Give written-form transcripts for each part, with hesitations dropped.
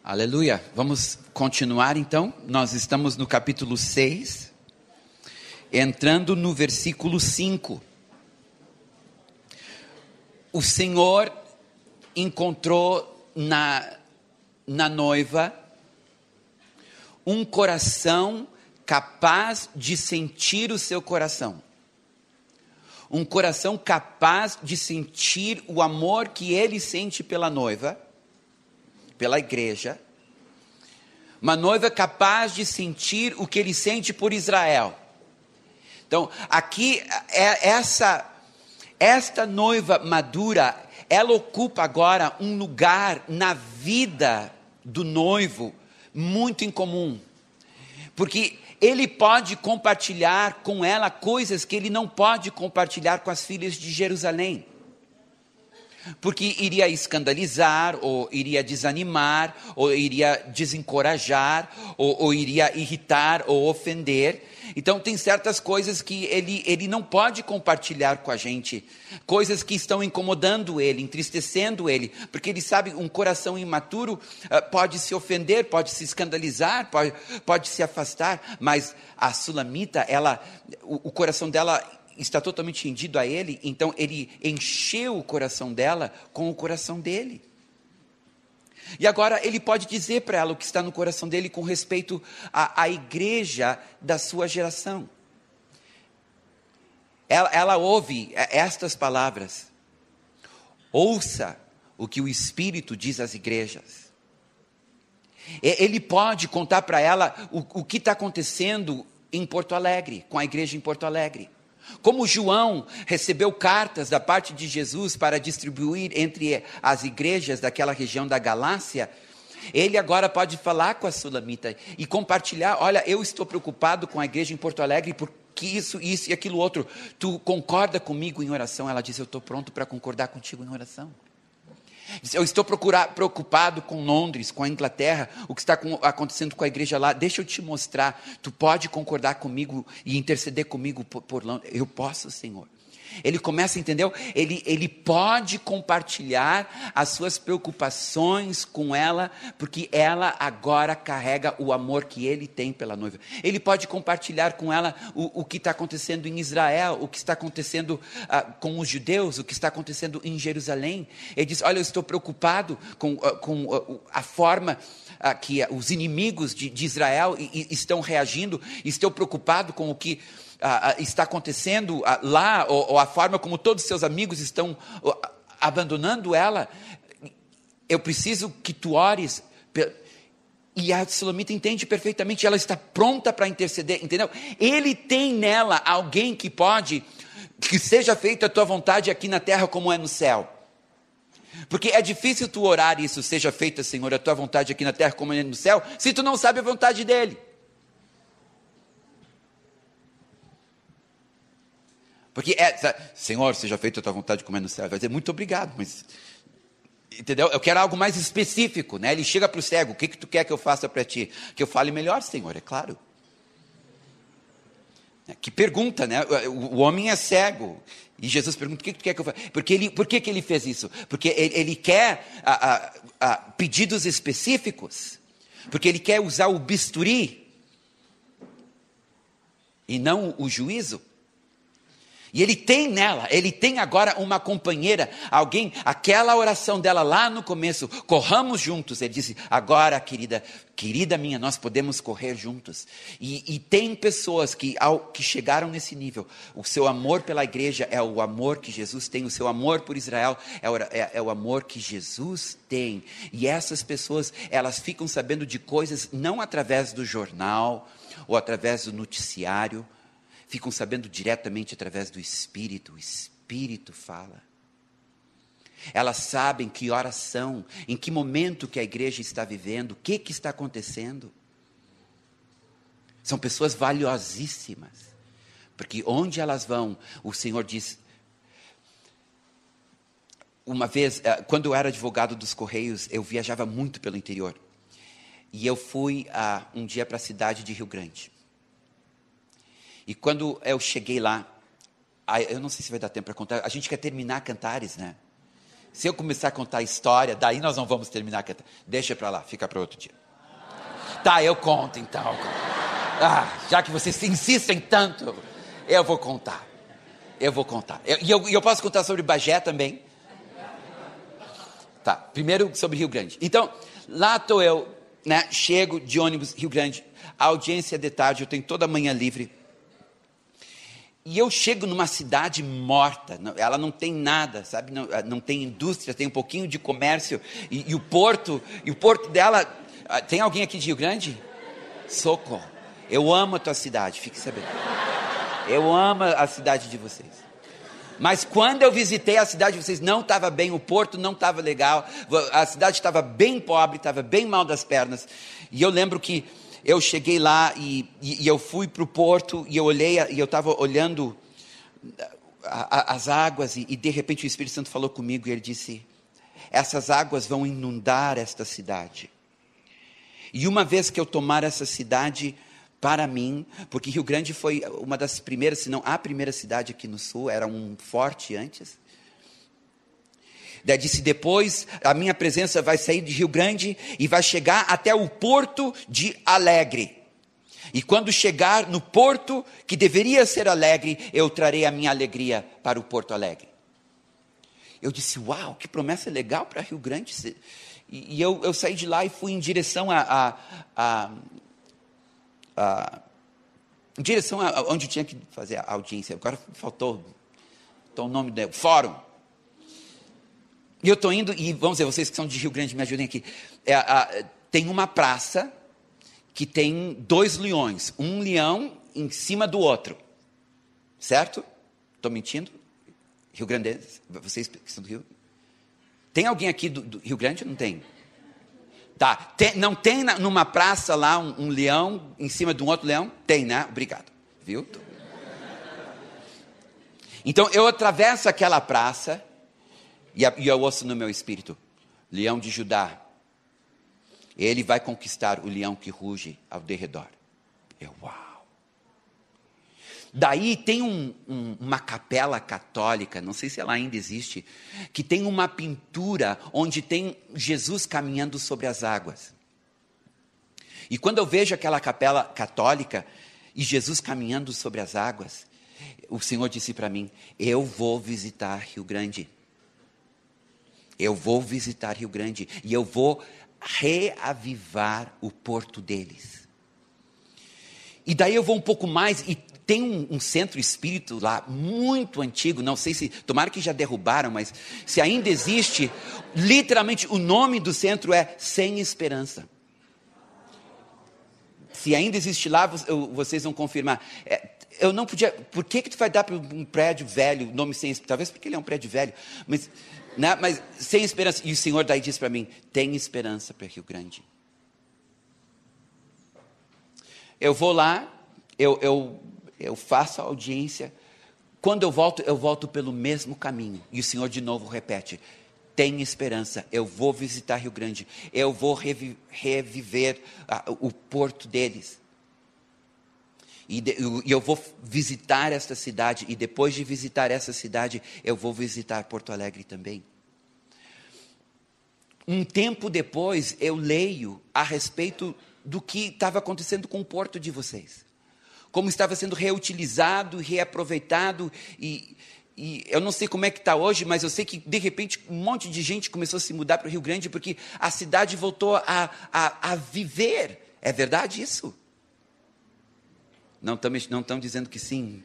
Aleluia. Vamos continuar então. Nós estamos no capítulo 6, entrando no versículo 5. O Senhor encontrou na noiva um coração capaz de sentir o seu coração. Um coração capaz de sentir o amor que ele sente pela noiva, pela igreja. Uma noiva capaz de sentir o que ele sente por Israel. Então, aqui, esta noiva madura, ela ocupa agora um lugar na vida do noivo muito incomum. Porque ele pode compartilhar com ela coisas que ele não pode compartilhar com as filhas de Jerusalém. Porque iria escandalizar, ou iria desanimar, ou iria desencorajar, ou iria irritar, ou ofender. Então tem certas coisas que ele não pode compartilhar com a gente. Coisas que estão incomodando ele, entristecendo ele. Porque ele sabe, um coração imaturo pode se ofender, pode se escandalizar, pode se afastar. Mas a Sulamita, o coração dela está totalmente rendido a ele, então ele encheu o coração dela com o coração dele. E agora ele pode dizer para ela o que está no coração dele com respeito à igreja da sua geração. Ela ouve estas palavras: ouça o que o Espírito diz às igrejas. Ele pode contar para ela o que está acontecendo em Porto Alegre, com a igreja em Porto Alegre. Como João recebeu cartas da parte de Jesus para distribuir entre as igrejas daquela região da Galácia, ele agora pode falar com a Sulamita e compartilhar: olha, eu estou preocupado com a igreja em Porto Alegre porque isso e aquilo outro. Tu concorda comigo em oração? Ela diz: eu estou pronto para concordar contigo em oração. Eu estou preocupado com Londres, com a Inglaterra, o que está acontecendo com a igreja lá. Deixa eu te mostrar, tu pode concordar comigo e interceder comigo por Londres? Eu posso, Senhor. Ele começa, entendeu? Ele pode compartilhar as suas preocupações com ela, porque ela agora carrega o amor que ele tem pela noiva. Ele pode compartilhar com ela o que está acontecendo em Israel, o que está acontecendo com os judeus, o que está acontecendo em Jerusalém. Ele diz: olha, eu estou preocupado com a forma que os inimigos de Israel estão reagindo, estou preocupado com o que está acontecendo lá, ou a forma como todos os seus amigos estão abandonando ela. Eu preciso que tu ores. E a Sulamita entende perfeitamente, ela está pronta para interceder, entendeu? Ele tem nela alguém que seja feita a tua vontade aqui na terra como é no céu. Porque é difícil tu orar isso: seja feita, Senhor, a tua vontade aqui na terra como é no céu, se tu não sabe a vontade dele. Porque Senhor, seja feita a tua vontade como é no céu. Vai dizer: muito obrigado, mas, entendeu? Eu quero algo mais específico, né? Ele chega para o cego: o que tu quer que eu faça para ti? Que eu fale melhor, Senhor, é claro. Que pergunta, né? O homem é cego. E Jesus pergunta: o que tu quer que eu faça? Por que ele fez isso? Porque ele quer pedidos específicos. Porque ele quer usar o bisturi e não o juízo. E ele tem agora uma companheira, alguém, aquela oração dela lá no começo: corramos juntos. Ele disse: agora, querida minha, nós podemos correr juntos. E tem pessoas que chegaram nesse nível. O seu amor pela igreja é o amor que Jesus tem. O seu amor por Israel é o amor que Jesus tem. E essas pessoas, elas ficam sabendo de coisas não através do jornal ou através do noticiário. Ficam sabendo diretamente através do Espírito. O Espírito fala. Elas sabem que horas são, em que momento que a igreja está vivendo, o que está acontecendo. São pessoas valiosíssimas, porque onde elas vão, o Senhor diz. Uma vez, quando eu era advogado dos Correios, eu viajava muito pelo interior. E eu fui um dia para a cidade de Rio Grande. E quando eu cheguei lá, eu não sei se vai dar tempo para contar, a gente quer terminar Cantares, né? Se eu começar a contar a história, daí nós não vamos terminar. Deixa para lá, fica para outro dia. Tá, eu conto então. Já que vocês insistem tanto, eu vou contar. E eu posso contar sobre Bagé também. Tá, primeiro sobre Rio Grande. Então, lá estou eu, né? Chego de ônibus, Rio Grande. A audiência é de tarde, eu tenho toda a manhã livre. E eu chego numa cidade morta, ela não tem nada, sabe? Não tem indústria, tem um pouquinho de comércio. E o porto dela... Tem alguém aqui de Rio Grande? Socorro. Eu amo a tua cidade, fique sabendo. Eu amo a cidade de vocês. Mas quando eu visitei a cidade de vocês, não estava bem, o porto não estava legal, a cidade estava bem pobre, estava bem mal das pernas. E eu lembro que eu cheguei lá e eu fui para o porto e eu olhei, e eu estava olhando as águas e de repente o Espírito Santo falou comigo e ele disse: essas águas vão inundar esta cidade. E uma vez que eu tomar essa cidade para mim, porque Rio Grande foi uma das primeiras, se não a primeira cidade aqui no sul, era um forte antes. Daí disse: depois a minha presença vai sair de Rio Grande e vai chegar até o porto de Alegre. E quando chegar no porto, que deveria ser Alegre, eu trarei a minha alegria para o Porto Alegre. Eu disse: uau, que promessa legal para Rio Grande. E eu saí de lá e fui em direção em direção a onde tinha que fazer a audiência. Agora faltou o nome do fórum. E eu estou indo, e vamos dizer, vocês que são de Rio Grande, me ajudem aqui. Tem uma praça que tem 2 leões, um leão em cima do outro. Certo? Estou mentindo? Rio Grandenses, vocês que são do Rio. Tem alguém aqui do Rio Grande ou não tem? Tá, não tem numa praça lá um leão em cima de um outro leão? Tem, né? Obrigado. Viu? Então eu atravesso aquela praça e eu ouço no meu espírito: leão de Judá, ele vai conquistar o leão que ruge ao derredor. Uau! Daí tem uma capela católica, não sei se ela ainda existe, que tem uma pintura onde tem Jesus caminhando sobre as águas. E quando eu vejo aquela capela católica e Jesus caminhando sobre as águas, o Senhor disse para mim: eu vou visitar Rio Grande. Eu vou visitar Rio Grande e eu vou reavivar o porto deles. E daí eu vou um pouco mais e tem um centro espírita lá, muito antigo, não sei se, tomara que já derrubaram, mas se ainda existe, literalmente o nome do centro é Sem Esperança. Se ainda existe lá, vocês vão confirmar. Eu não podia, por que tu vai dar para um prédio velho, nome Sem Esperança? Talvez porque ele é um prédio velho, mas Sem Esperança. E o Senhor daí diz para mim: tem esperança para Rio Grande. Eu vou lá, eu faço a audiência. Quando eu volto pelo mesmo caminho. E o Senhor de novo repete: tem esperança, eu vou visitar Rio Grande, eu vou reviver o porto deles. E eu vou visitar esta cidade, e depois de visitar essa cidade, eu vou visitar Porto Alegre também. Um tempo depois, eu leio a respeito do que estava acontecendo com o porto de vocês. Como estava sendo reutilizado, reaproveitado, e eu não sei como é que está hoje, mas eu sei que, de repente, um monte de gente começou a se mudar para o Rio Grande, porque a cidade voltou a viver. É verdade isso? Não estão dizendo que sim.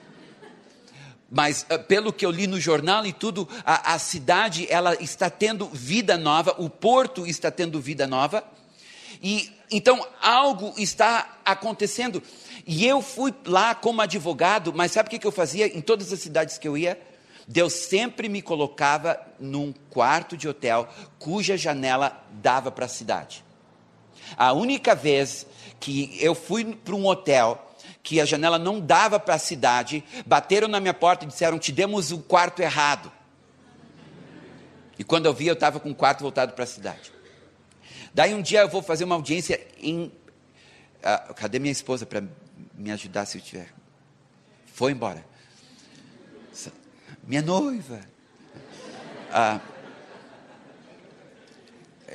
Mas pelo que eu li no jornal e tudo, a cidade ela está tendo vida nova, o porto está tendo vida nova. E então algo está acontecendo. E eu fui lá como advogado, mas sabe o que eu fazia em todas as cidades que eu ia? Deus sempre me colocava num quarto de hotel cuja janela dava para a cidade. A única vez que eu fui para um hotel que a janela não dava para a cidade, bateram na minha porta e disseram: te demos o quarto errado. E quando eu vi, eu estava com o quarto voltado para a cidade. Daí um dia eu vou fazer uma audiência em... cadê minha esposa para me ajudar se eu tiver? Foi embora. Minha noiva.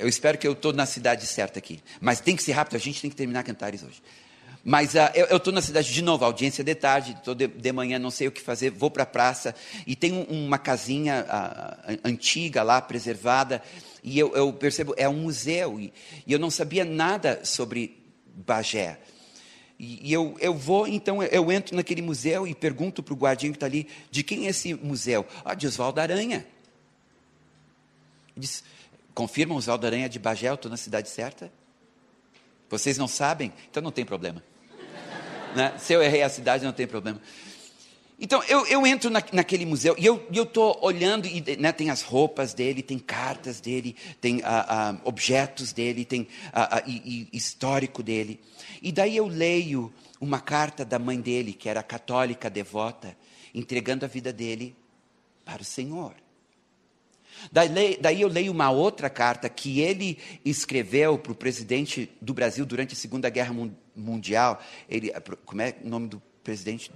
Eu espero que eu estou na cidade certa aqui. Mas tem que ser rápido, a gente tem que terminar Cantares hoje. Mas eu estou na cidade de novo, audiência de tarde, estou de manhã, não sei o que fazer, vou para a praça, e tem uma casinha antiga lá, preservada, e eu percebo, é um museu, e eu não sabia nada sobre Bagé. E eu vou, então, eu entro naquele museu e pergunto para o guardinha que está ali, de quem é esse museu? De Oswaldo Aranha. Ele diz, confirma, Oswaldo Aranha de Bagé, eu estou na cidade certa? Vocês não sabem? Então não tem problema. Né? Se eu errei a cidade, não tem problema. Então, eu entro naquele museu e eu estou olhando, e né, tem as roupas dele, tem cartas dele, tem objetos dele, tem histórico dele. E daí eu leio uma carta da mãe dele, que era católica devota, entregando a vida dele para o Senhor. Daí eu leio uma outra carta que ele escreveu para o presidente do Brasil durante a Segunda Guerra Mundial. Como é o nome do presidente?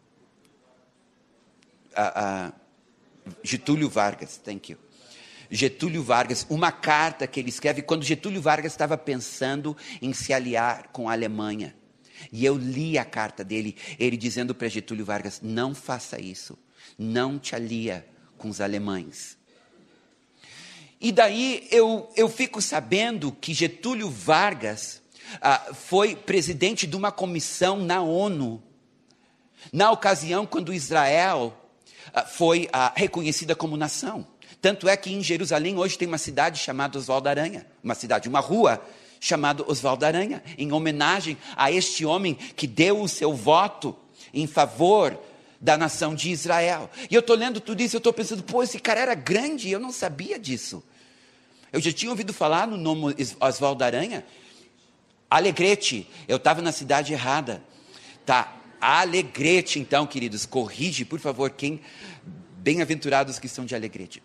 Getúlio Vargas, thank you. Getúlio Vargas, uma carta que ele escreve quando Getúlio Vargas estava pensando em se aliar com a Alemanha. E eu li a carta dele, ele dizendo para Getúlio Vargas, não faça isso, não te alia com os alemães. E daí eu fico sabendo que Getúlio Vargas foi presidente de uma comissão na ONU, na ocasião quando Israel foi reconhecida como nação. Tanto é que em Jerusalém hoje tem uma cidade chamada Oswaldo Aranha, uma rua chamada Oswaldo Aranha, em homenagem a este homem que deu o seu voto em favor da nação de Israel. E eu estou lendo tudo isso, eu estou pensando, esse cara era grande, eu não sabia disso. Eu já tinha ouvido falar no nome Oswaldo Aranha. Alegrete, eu estava na cidade errada. Tá, Alegrete então, queridos, corrige, por favor, bem-aventurados que são de Alegrete.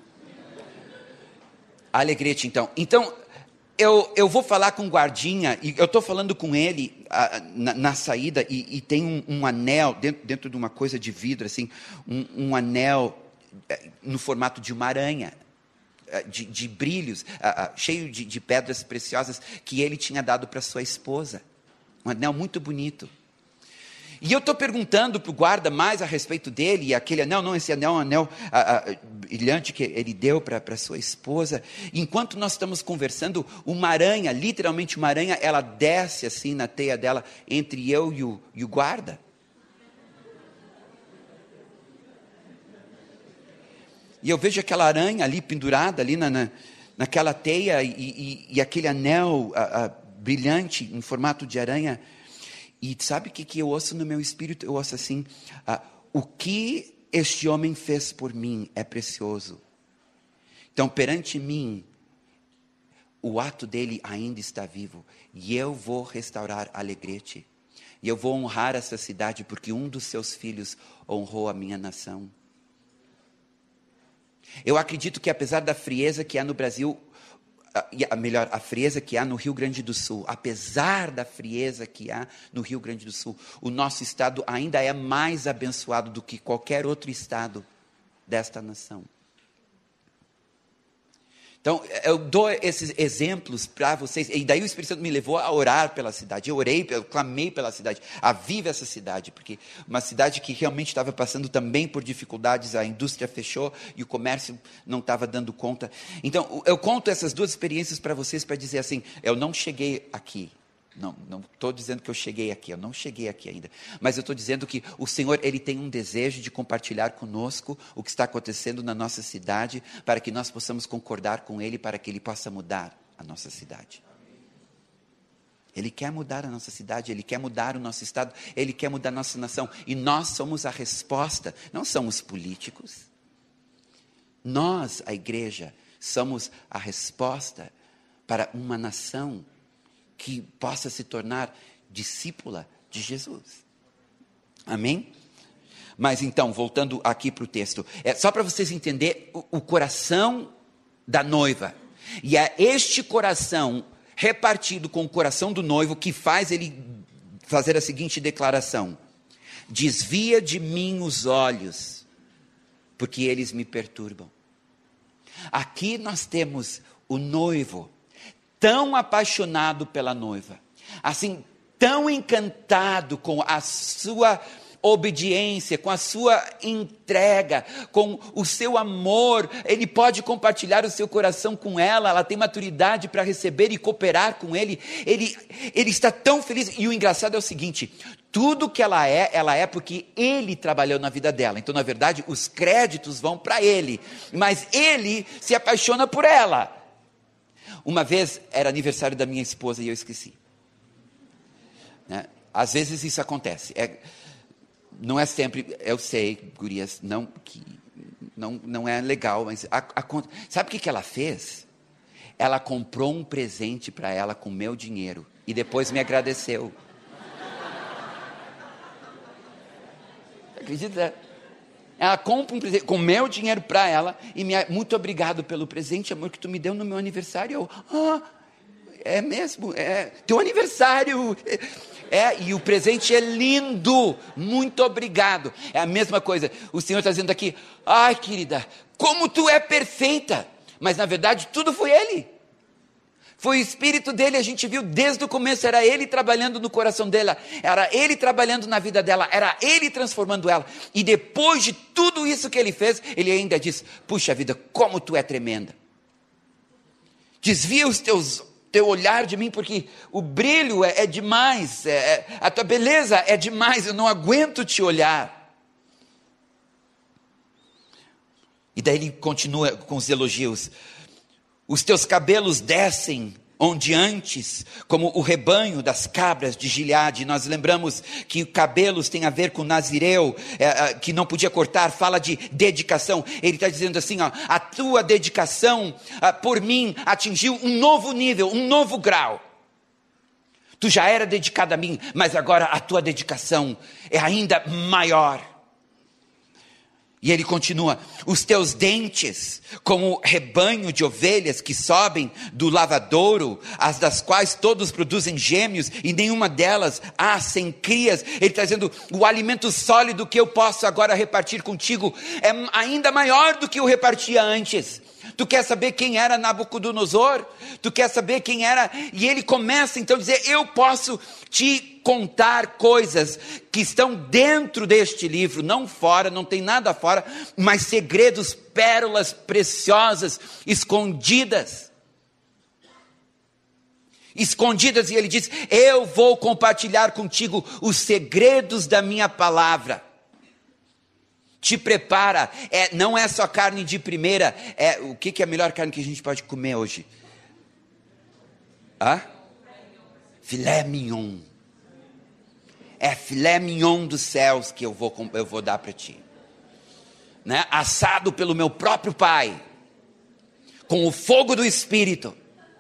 Alegrete então. Então, eu vou falar com o guardinha, e eu estou falando com ele na saída, e tem um anel, dentro de uma coisa de vidro, assim, um anel no formato de uma aranha, de brilhos, cheio de pedras preciosas, que ele tinha dado para sua esposa. Um anel muito bonito. E eu estou perguntando para o guarda mais a respeito dele, e aquele anel, não, esse anel é um anel brilhante que ele deu para sua esposa. Enquanto nós estamos conversando, uma aranha, literalmente uma aranha, ela desce assim na teia dela, entre eu e o guarda. E eu vejo aquela aranha ali pendurada, ali naquela teia, e aquele anel brilhante, em formato de aranha. E sabe o que eu ouço no meu espírito? Eu ouço assim, o que este homem fez por mim é precioso. Então, perante mim, o ato dele ainda está vivo. E eu vou restaurar Alegrete. E eu vou honrar essa cidade, porque um dos seus filhos honrou a minha nação. Eu acredito que apesar da frieza que há no Brasil, a frieza que há no Rio Grande do Sul, apesar da frieza que há no Rio Grande do Sul, o nosso estado ainda é mais abençoado do que qualquer outro estado desta nação. Então, eu dou esses exemplos para vocês, e daí o Espírito Santo me levou a orar pela cidade. Eu clamei pela cidade, aviva essa cidade, porque uma cidade que realmente estava passando também por dificuldades, a indústria fechou e o comércio não estava dando conta. Então, eu conto essas duas experiências para vocês, para dizer assim, eu não cheguei aqui. Não estou dizendo que eu cheguei aqui, eu não cheguei aqui ainda. Mas eu estou dizendo que o Senhor, Ele tem um desejo de compartilhar conosco o que está acontecendo na nossa cidade, para que nós possamos concordar com Ele, para que Ele possa mudar a nossa cidade. Ele quer mudar a nossa cidade, Ele quer mudar o nosso estado, Ele quer mudar a nossa nação. E nós somos a resposta, não somos políticos. Nós, a igreja, somos a resposta para uma nação que possa se tornar discípula de Jesus. Amém? Mas então, voltando aqui para o texto, só para vocês entenderem o coração da noiva. E é este coração repartido com o coração do noivo que faz ele fazer a seguinte declaração: desvia de mim os olhos, porque eles me perturbam. Aqui nós temos o noivo, tão apaixonado pela noiva, assim, tão encantado com a sua obediência, com a sua entrega, com o seu amor, ele pode compartilhar o seu coração com ela tem maturidade para receber e cooperar com ele está tão feliz, e o engraçado é o seguinte, tudo que ela é porque ele trabalhou na vida dela, então na verdade os créditos vão para ele, mas ele se apaixona por ela. Uma vez era aniversário da minha esposa e eu esqueci, né? Às vezes isso acontece, não é sempre, eu sei, gurias, não é legal, mas sabe o que ela fez? Ela comprou um presente para ela com meu dinheiro e depois me agradeceu. Acredita? Ela compra um presente com meu dinheiro para ela e muito obrigado pelo presente, amor, que tu me deu no meu aniversário. É mesmo? É teu aniversário. E o presente é lindo, muito obrigado. É a mesma coisa, o Senhor está dizendo aqui, ai querida, como tu é perfeita, mas na verdade tudo foi Ele, foi o Espírito dele, a gente viu desde o começo, era Ele trabalhando no coração dela, era Ele trabalhando na vida dela, era Ele transformando ela, e depois de tudo isso que Ele fez, Ele ainda diz, puxa vida, como tu é tremenda, desvia teu olhar de mim, porque o brilho é demais, a tua beleza é demais, eu não aguento te olhar. E daí ele continua com os elogios, os teus cabelos descem onde antes, como o rebanho das cabras de Gileade. Nós lembramos que cabelos tem a ver com Nazireu, que não podia cortar, fala de dedicação. Ele está dizendo assim, a tua dedicação por mim atingiu um novo nível, um novo grau. Tu já era dedicado a mim, mas agora a tua dedicação é ainda maior. E ele continua, os teus dentes, como rebanho de ovelhas que sobem do lavadouro, as das quais todos produzem gêmeos, e nenhuma delas há sem crias. Ele está dizendo, o alimento sólido que eu posso agora repartir contigo, é ainda maior do que eu repartia antes. Tu quer saber quem era Nabucodonosor? Tu quer saber quem era? E ele começa então a dizer, eu posso te contar coisas que estão dentro deste livro, não fora, não tem nada fora, mas segredos, pérolas preciosas, escondidas. E ele diz, eu vou compartilhar contigo os segredos da minha palavra. Te prepara, não é só carne de primeira, o que é a melhor carne que a gente pode comer hoje? Filé mignon. É filé mignon dos céus que eu vou dar para ti, né? Assado pelo meu próprio Pai, com o fogo do Espírito.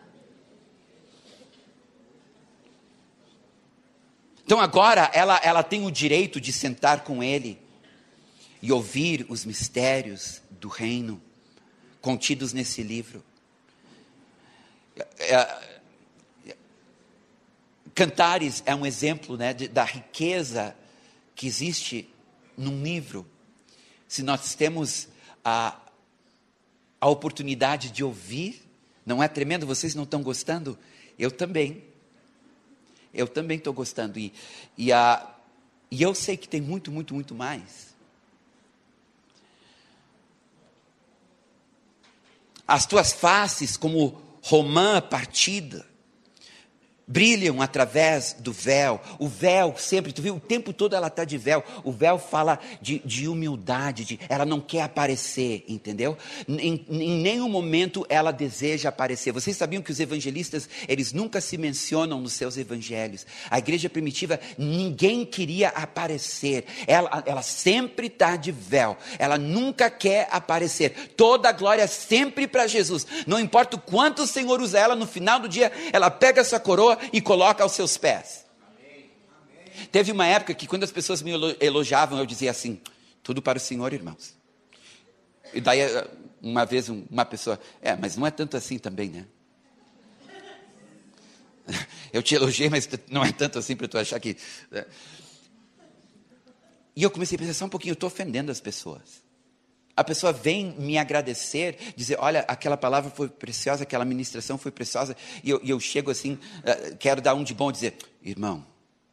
Então agora ela tem o direito de sentar com ele e ouvir os mistérios do reino contidos nesse livro. Cantares é um exemplo, né, da riqueza que existe num livro. Se nós temos a oportunidade de ouvir, não é tremendo? Vocês não estão gostando? Eu também estou gostando. E eu sei que tem muito, muito, muito mais. As tuas faces como romã partida brilham através do véu. O véu sempre, tu viu, o tempo todo ela está de véu. O véu fala de humildade, ela não quer aparecer, entendeu? Em nenhum momento ela deseja aparecer. Vocês sabiam que os evangelistas, eles nunca se mencionam nos seus evangelhos. A igreja primitiva, ninguém queria aparecer. Ela sempre está de véu. Ela nunca quer aparecer. Toda a glória sempre para Jesus. Não importa o quanto o Senhor usa ela, no final do dia, ela pega essa coroa e coloca aos seus pés. Amém. Teve uma época que quando as pessoas me elogiavam, eu dizia assim, tudo para o Senhor, irmãos. E daí uma vez uma pessoa, mas não é tanto assim também, né? Eu te elogiei, mas não é tanto assim para tu achar que... E eu comecei a pensar, só um pouquinho, eu estou ofendendo as pessoas. a pessoa vem me agradecer, dizer, olha, aquela palavra foi preciosa, aquela ministração foi preciosa, e eu chego assim, quero dar um de bom, dizer, irmão,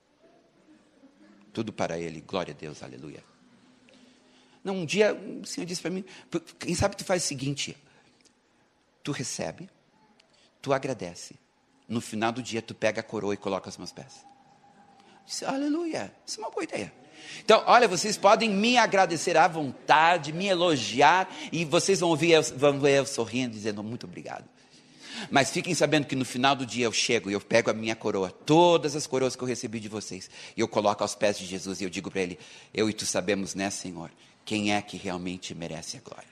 tudo para ele, glória a Deus, aleluia. Não, um dia o Senhor disse para mim, quem sabe tu faz o seguinte, tu recebe, tu agradece, no final do dia tu pega a coroa e coloca aos meus pés. Eu disse, aleluia, isso é uma boa ideia. Então, olha, vocês podem me agradecer à vontade, me elogiar, e vocês vão ver eu sorrindo, dizendo muito obrigado. Mas fiquem sabendo que no final do dia eu chego e eu pego a minha coroa, todas as coroas que eu recebi de vocês, e eu coloco aos pés de Jesus e eu digo para ele, eu e tu sabemos, né, Senhor, quem é que realmente merece a glória.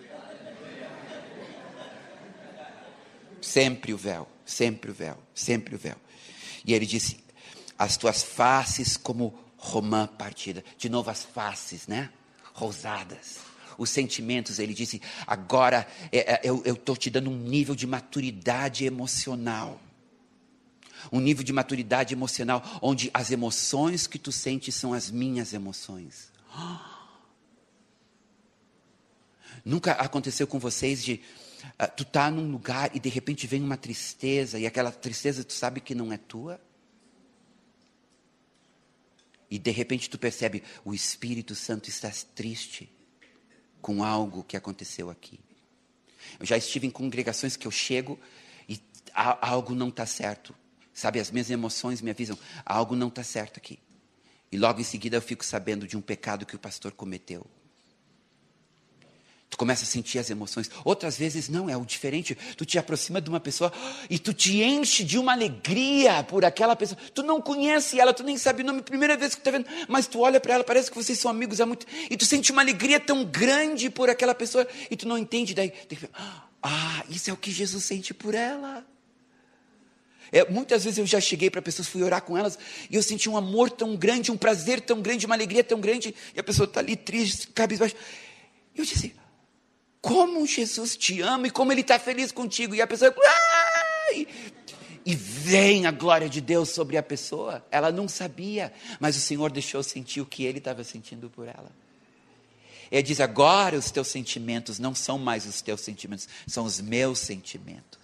Sempre o véu, sempre o véu, sempre o véu. E ele disse, as tuas faces como romã partida, de novo as faces, né, rosadas. Os sentimentos, ele disse, agora eu estou te dando um nível de maturidade emocional. Um nível de maturidade emocional, onde as emoções que tu sentes são as minhas emoções. Nunca aconteceu com vocês de, tu tá num lugar e de repente vem uma tristeza, e aquela tristeza tu sabe que não é tua? E de repente tu percebe, o Espírito Santo está triste com algo que aconteceu aqui. Eu já estive em congregações que eu chego e algo não está certo. Sabe, as minhas emoções me avisam, algo não está certo aqui. E logo em seguida eu fico sabendo de um pecado que o pastor cometeu. Tu começa a sentir as emoções. Outras vezes não, é o diferente. Tu te aproxima de uma pessoa e tu te enche de uma alegria por aquela pessoa. Tu não conhece ela, tu nem sabe o nome, primeira vez que tu está vendo, mas tu olha para ela, parece que vocês são amigos há muito. E tu sente uma alegria tão grande por aquela pessoa e tu não entende. Daí, isso é o que Jesus sente por ela. Muitas vezes eu já cheguei para pessoas, fui orar com elas, e eu senti um amor tão grande, um prazer tão grande, uma alegria tão grande, e a pessoa está ali triste, cabisbaixo. Eu disse, como Jesus te ama e como Ele está feliz contigo. E a pessoa, e vem a glória de Deus sobre a pessoa. Ela não sabia, mas o Senhor deixou sentir o que Ele estava sentindo por ela. Ele diz, agora os teus sentimentos não são mais os teus sentimentos, são os meus sentimentos.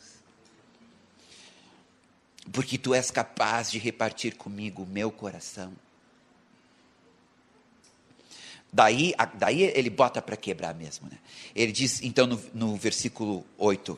Porque tu és capaz de repartir comigo o meu coração. Daí ele bota para quebrar mesmo, né? Ele diz, então, no versículo 8,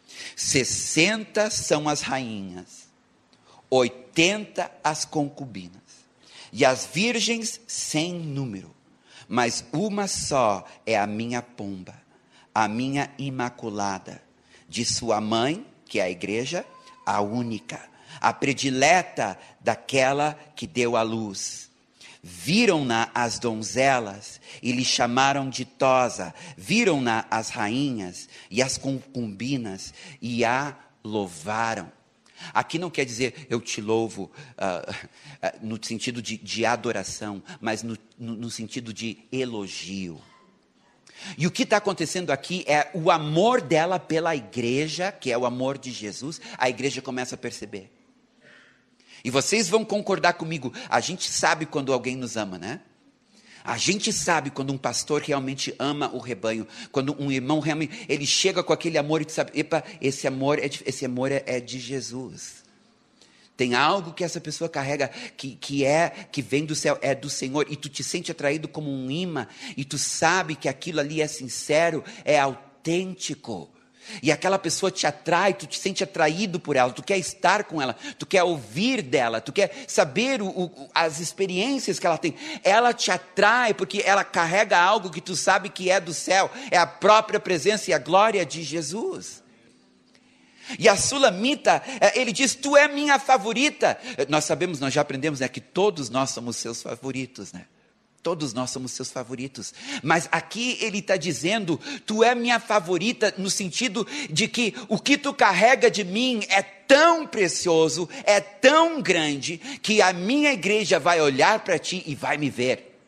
60 são as rainhas, 80 as concubinas, e as virgens sem número, mas uma só é a minha pomba, a minha imaculada, de sua mãe, que é a igreja, a única, a predileta daquela que deu à luz. Viram-na as donzelas e lhe chamaram ditosa, viram-na as rainhas e as concubinas e a louvaram. Aqui não quer dizer eu te louvo no sentido de adoração, mas no sentido de elogio. E o que está acontecendo aqui é o amor dela pela igreja, que é o amor de Jesus, a igreja começa a perceber. E vocês vão concordar comigo, a gente sabe quando alguém nos ama, né? A gente sabe quando um pastor realmente ama o rebanho, quando um irmão realmente, ele chega com aquele amor e tu sabe, epa, esse amor é de Jesus. Tem algo que essa pessoa carrega, que vem do céu, é do Senhor, e tu te sente atraído como um imã, e tu sabe que aquilo ali é sincero, é autêntico. E aquela pessoa te atrai, tu te sente atraído por ela, tu quer estar com ela, tu quer ouvir dela, tu quer saber as experiências que ela tem. Ela te atrai porque ela carrega algo que tu sabe que é do céu, é a própria presença e a glória de Jesus. E a Sulamita, ele diz, tu é minha favorita. Nós sabemos, nós já aprendemos, né, que todos nós somos seus favoritos, né? Todos nós somos seus favoritos. Mas aqui ele está dizendo, tu é minha favorita no sentido de que o que tu carrega de mim é tão precioso, é tão grande, que a minha igreja vai olhar para ti e vai me ver.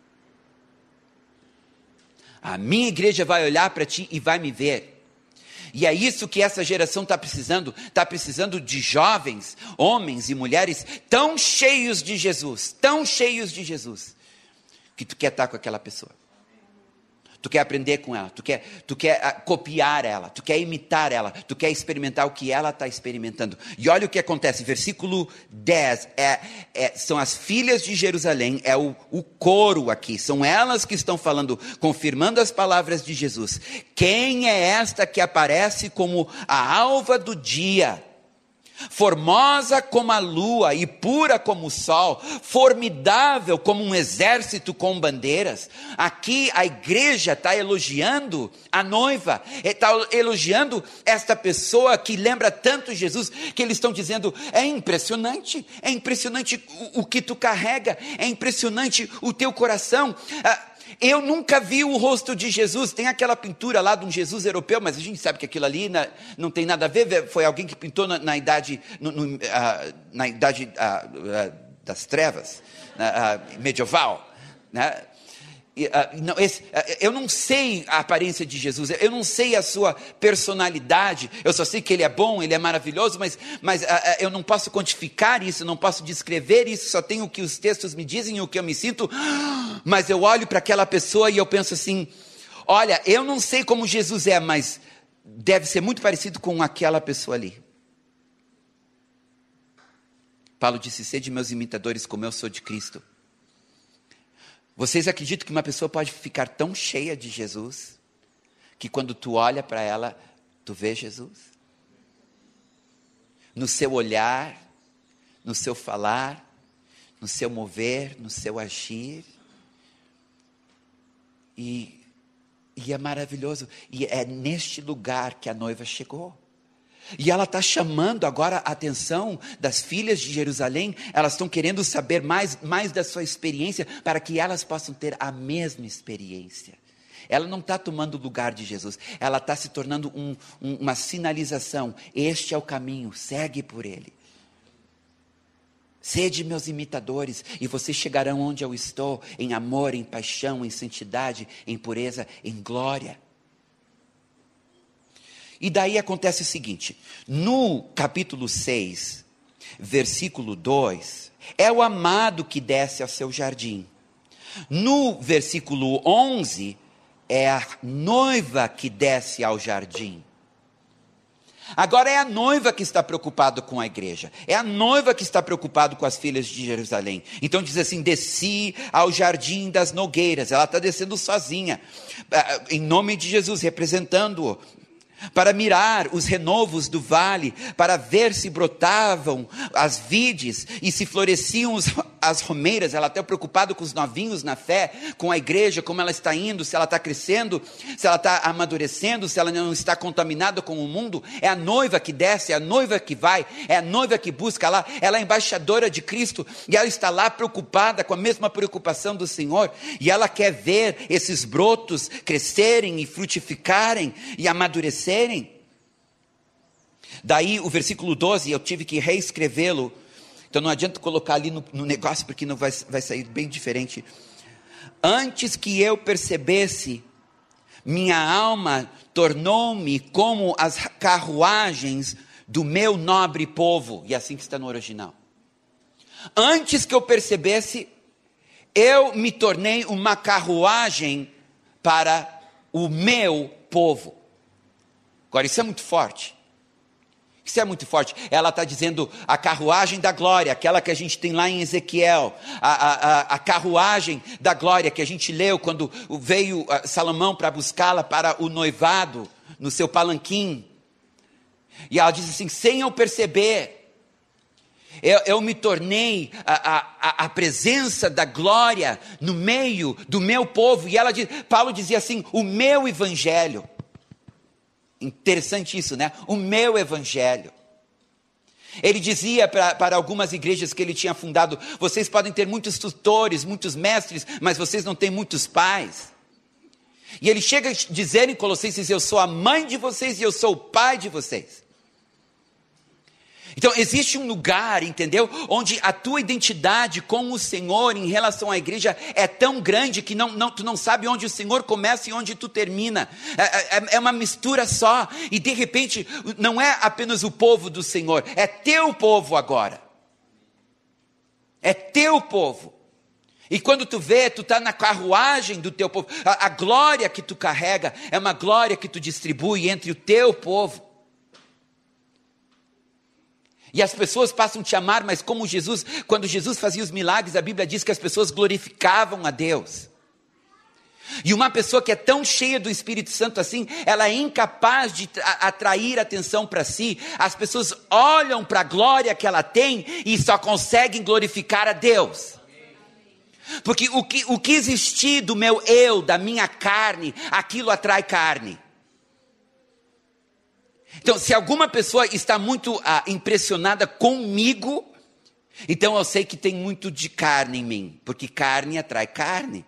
A minha igreja vai olhar para ti e vai me ver. E é isso que essa geração está precisando de jovens, homens e mulheres tão cheios de Jesus, que tu quer estar com aquela pessoa. Tu quer aprender com ela, tu quer copiar ela, tu quer imitar ela, tu quer experimentar o que ela está experimentando. E olha o que acontece, versículo 10, são as filhas de Jerusalém, é o coro aqui, são elas que estão falando, confirmando as palavras de Jesus. Quem é esta que aparece como a alva do dia? Formosa como a lua e pura como o sol, formidável como um exército com bandeiras. Aqui a igreja está elogiando a noiva, está elogiando esta pessoa que lembra tanto Jesus, que eles estão dizendo, é impressionante o que tu carrega, é impressionante o teu coração. Eu nunca vi o rosto de Jesus. Tem aquela pintura lá de um Jesus europeu, mas a gente sabe que aquilo ali não tem nada a ver. Foi alguém que pintou na idade, na idade das trevas, medieval, né? Eu não sei a aparência de Jesus, eu não sei a sua personalidade, eu só sei que ele é bom, ele é maravilhoso, mas eu não posso quantificar isso, não posso descrever isso, só tenho o que os textos me dizem e o que eu me sinto. Mas eu olho para aquela pessoa e eu penso assim, olha, eu não sei como Jesus é, mas deve ser muito parecido com aquela pessoa ali. Paulo disse, sede meus imitadores como eu sou de Cristo. Vocês acreditam que uma pessoa pode ficar tão cheia de Jesus, que quando tu olha para ela, tu vê Jesus? No seu olhar, no seu falar, no seu mover, no seu agir. E é maravilhoso. E é neste lugar que a noiva chegou. E ela está chamando agora a atenção das filhas de Jerusalém. Elas estão querendo saber mais da sua experiência, para que elas possam ter a mesma experiência. Ela não está tomando o lugar de Jesus. Ela está se tornando uma sinalização. Este é o caminho, segue por ele. Sede meus imitadores, e vocês chegarão onde eu estou, em amor, em paixão, em santidade, em pureza, em glória. E daí acontece o seguinte, no capítulo 6, versículo 2, é o amado que desce ao seu jardim. No versículo 11, é a noiva que desce ao jardim. Agora é a noiva que está preocupada com a igreja, é a noiva que está preocupada com as filhas de Jerusalém. Então diz assim, desci ao jardim das nogueiras, ela está descendo sozinha, em nome de Jesus, representando-o, para mirar os renovos do vale, para ver se brotavam as vides e se floresciam as romeiras. Ela está preocupada com os novinhos na fé, com a igreja, como ela está indo, se ela está crescendo, se ela está amadurecendo, se ela não está contaminada com o mundo. É a noiva que desce, é a noiva que vai, é a noiva que busca lá, ela é embaixadora de Cristo, e ela está lá preocupada com a mesma preocupação do Senhor, e ela quer ver esses brotos crescerem e frutificarem e amadurecerem. Daí o versículo 12, eu tive que reescrevê-lo, então não adianta colocar ali no negócio, porque não vai sair bem diferente. Antes que eu percebesse, minha alma tornou-me como as carruagens do meu nobre povo, e assim que está no original. Antes que eu percebesse, eu me tornei uma carruagem para o meu povo. Agora, isso é muito forte. Isso é muito forte. Ela está dizendo a carruagem da glória, aquela que a gente tem lá em Ezequiel. A carruagem da glória que a gente leu quando veio Salomão para buscá-la para o noivado, no seu palanquim. E ela diz assim, sem eu perceber, eu me tornei a presença da glória no meio do meu povo. E Paulo dizia assim, o meu evangelho. Interessante isso, né? O meu evangelho. Ele dizia para algumas igrejas que ele tinha fundado, vocês podem ter muitos tutores, muitos mestres, mas vocês não têm muitos pais. E ele chega a dizer em Colossenses, eu sou a mãe de vocês e eu sou o pai de vocês. Então existe um lugar, entendeu? Onde a tua identidade com o Senhor em relação à igreja é tão grande que tu não sabe onde o Senhor começa e onde tu termina. É uma mistura só. E de repente não é apenas o povo do Senhor, é teu povo agora. É teu povo. E quando tu vê, tu está na carruagem do teu povo. A glória que tu carrega é uma glória que tu distribui entre o teu povo. E as pessoas passam a te amar, mas como Jesus, quando Jesus fazia os milagres, a Bíblia diz que as pessoas glorificavam a Deus. E uma pessoa que é tão cheia do Espírito Santo assim, ela é incapaz de atrair atenção para si. As pessoas olham para a glória que ela tem e só conseguem glorificar a Deus. Porque o que existir do meu eu, da minha carne, aquilo atrai carne. Então, se alguma pessoa está muito impressionada comigo, então eu sei que tem muito de carne em mim, porque carne atrai carne.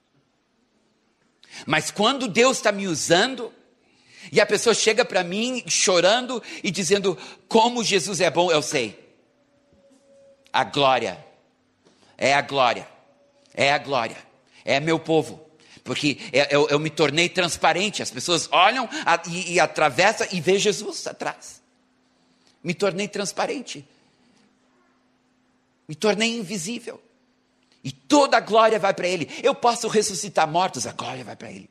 Mas quando Deus está me usando, e a pessoa chega para mim chorando e dizendo, como Jesus é bom, eu sei. A glória, é a glória, é a glória, é meu povo. Porque eu me tornei transparente, as pessoas olham e atravessam e vê Jesus atrás. Me tornei transparente. Me tornei invisível. E toda a glória vai para Ele. Eu posso ressuscitar mortos, a glória vai para Ele.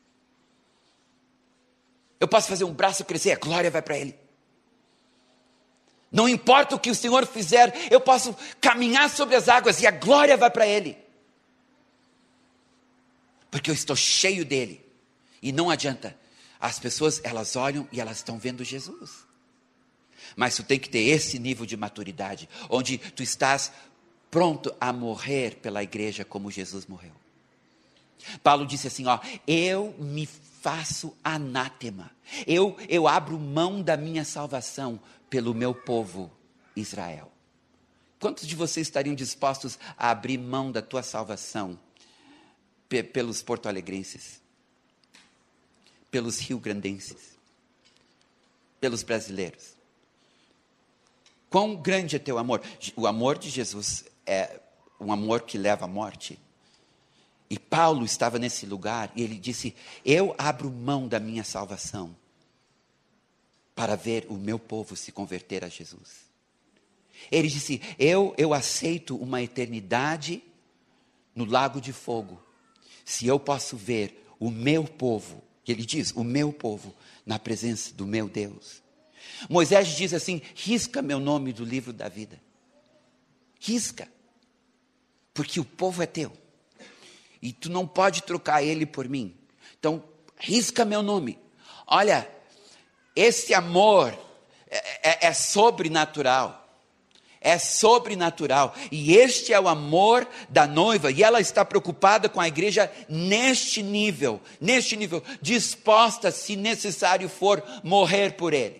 Eu posso fazer um braço crescer, a glória vai para Ele. Não importa o que o Senhor fizer, eu posso caminhar sobre as águas e a glória vai para Ele. Porque eu estou cheio dele. E não adianta. As pessoas, elas olham e elas estão vendo Jesus. Mas tu tem que ter esse nível de maturidade, onde tu estás pronto a morrer pela igreja como Jesus morreu. Paulo disse assim, eu me faço anátema. Eu abro mão da minha salvação pelo meu povo Israel. Quantos de vocês estariam dispostos a abrir mão da tua salvação pelos porto-alegrenses, pelos rio-grandenses, pelos brasileiros? Quão grande é teu amor? O amor de Jesus é um amor que leva à morte. E Paulo estava nesse lugar e ele disse, eu abro mão da minha salvação para ver o meu povo se converter a Jesus. Ele disse, eu aceito uma eternidade no lago de fogo, se eu posso ver o meu povo, ele diz, o meu povo, na presença do meu Deus. Moisés diz assim, risca meu nome do livro da vida. Risca. Porque o povo é teu. E tu não pode trocar ele por mim. Então, risca meu nome. Olha, esse amor é sobrenatural. É sobrenatural. E este é o amor da noiva. E ela está preocupada com a igreja neste nível, disposta, se necessário for, morrer por ele.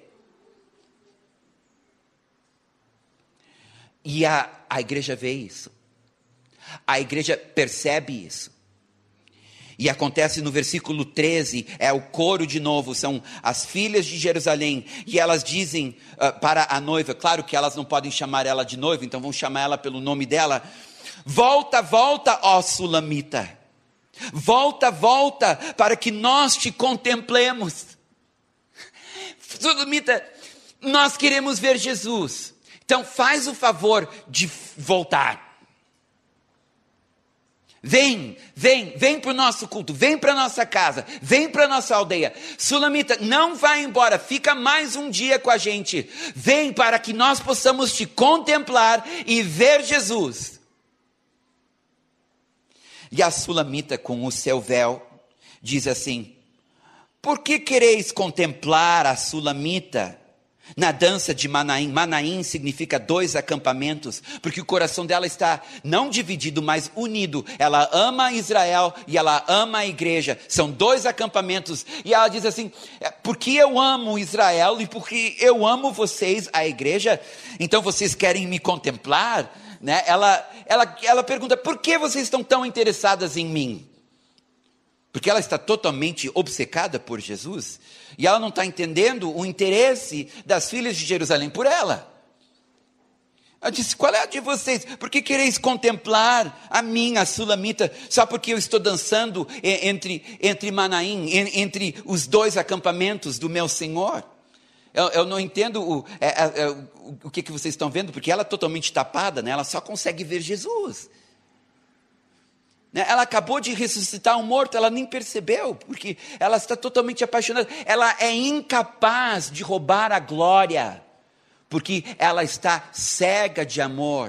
E a igreja vê isso. A igreja percebe isso. E acontece no versículo 13, é o coro de novo, são as filhas de Jerusalém, e elas dizem para a noiva, claro que elas não podem chamar ela de noiva, então vão chamar ela pelo nome dela, volta, volta, ó Sulamita, volta, volta, para que nós te contemplemos. Sulamita, nós queremos ver Jesus, então faz o favor de voltar. Vem para o nosso culto, vem para a nossa casa, vem para a nossa aldeia. Sulamita, não vai embora, fica mais um dia com a gente. Vem para que nós possamos te contemplar e ver Jesus. E a Sulamita, com o seu véu, diz assim, por que quereis contemplar a Sulamita na dança de Manaim? Manaim significa 2 acampamentos, porque o coração dela está não dividido, mas unido. Ela ama Israel e ela ama a igreja. São 2 acampamentos. E ela diz assim, porque eu amo Israel e porque eu amo vocês, a igreja, então vocês querem me contemplar? Né? Ela pergunta, por que vocês estão tão interessadas em mim? Porque ela está totalmente obcecada por Jesus. E ela não está entendendo o interesse das filhas de Jerusalém por ela. Ela disse, qual é a de vocês? Por que quereis contemplar a mim, a Sulamita, só porque eu estou dançando entre Manaim, entre os 2 acampamentos do meu Senhor? Eu não entendo o que vocês estão vendo, porque ela é totalmente tapada, né? Ela só consegue ver Jesus. né? Ela acabou de ressuscitar um morto, ela nem percebeu, porque ela está totalmente apaixonada. Ela é incapaz de roubar a glória, porque ela está cega de amor.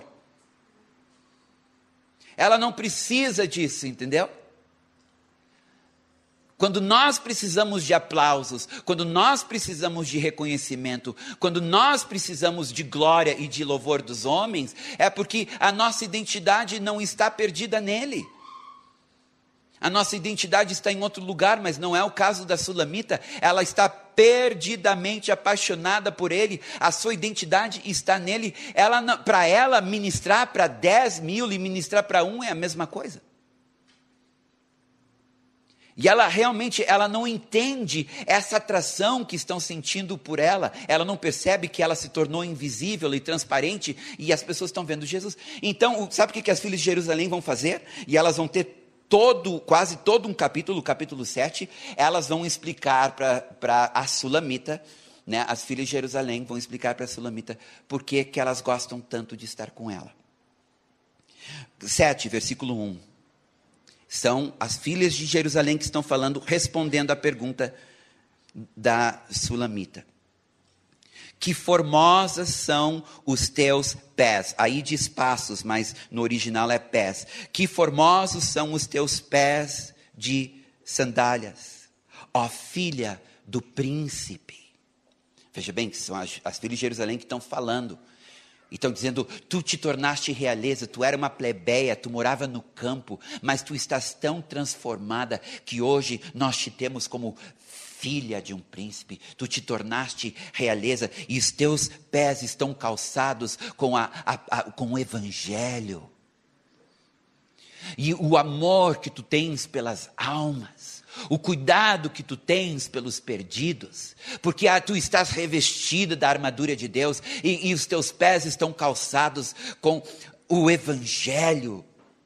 Ela não precisa disso, entendeu? Quando nós precisamos de aplausos, quando nós precisamos de reconhecimento, quando nós precisamos de glória e de louvor dos homens, é porque a nossa identidade não está perdida nele. A nossa identidade está em outro lugar, mas não é o caso da Sulamita. Ela está perdidamente apaixonada por ele, a sua identidade está nele. Para ela, ministrar para 10 mil e ministrar para um é a mesma coisa. E ela realmente, ela não entende essa atração que estão sentindo por ela. Ela não percebe que ela se tornou invisível e transparente e as pessoas estão vendo Jesus. Então, sabe o que as filhas de Jerusalém vão fazer? E elas vão ter quase todo um capítulo, o capítulo 7, elas vão explicar para a Sulamita, né? As filhas de Jerusalém vão explicar para a Sulamita por que elas gostam tanto de estar com ela. 7, versículo 1. São as filhas de Jerusalém que estão falando, respondendo à pergunta da Sulamita. Que formosos são os teus pés. Aí diz passos, mas no original é pés. Que formosos são os teus pés de sandálias, ó filha do príncipe. Veja bem que são as filhas de Jerusalém que estão falando. E estão dizendo, tu te tornaste realeza, tu era uma plebeia, tu morava no campo, mas tu estás tão transformada que hoje nós te temos como filha de um príncipe. Tu te tornaste realeza e os teus pés estão calçados com o evangelho. E o amor que tu tens pelas almas, o cuidado que tu tens pelos perdidos, porque tu estás revestida da armadura de Deus e os teus pés estão calçados com o evangelho.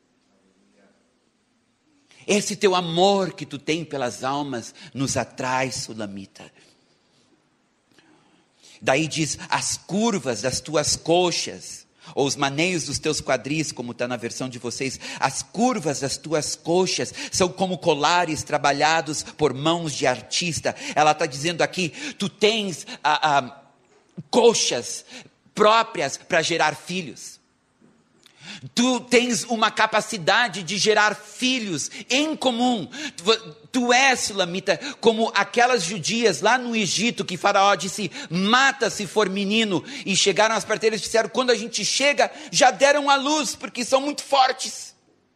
Esse teu amor que tu tem pelas almas nos atrai, Sulamita. Daí diz, as curvas das tuas coxas, ou os maneios dos teus quadris, como está na versão de vocês, as curvas das tuas coxas são como colares trabalhados por mãos de artista. Ela está dizendo aqui, tu tens coxas próprias para gerar filhos. Tu tens uma capacidade de gerar filhos em comum. Tu és, Sulamita, como aquelas judias lá no Egito que Faraó disse, mata se for menino. E chegaram as parteiras e disseram, quando a gente chega, já deram à luz, porque são muito fortes.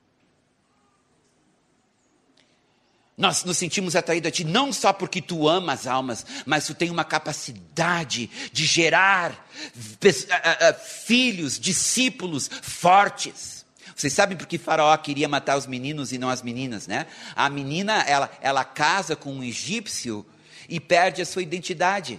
Nós nos sentimos atraídos a ti, não só porque tu amas almas, mas tu tem uma capacidade de gerar filhos, discípulos fortes. Vocês sabem por que Faraó queria matar os meninos e não as meninas, né? A menina, ela casa com um egípcio e perde a sua identidade.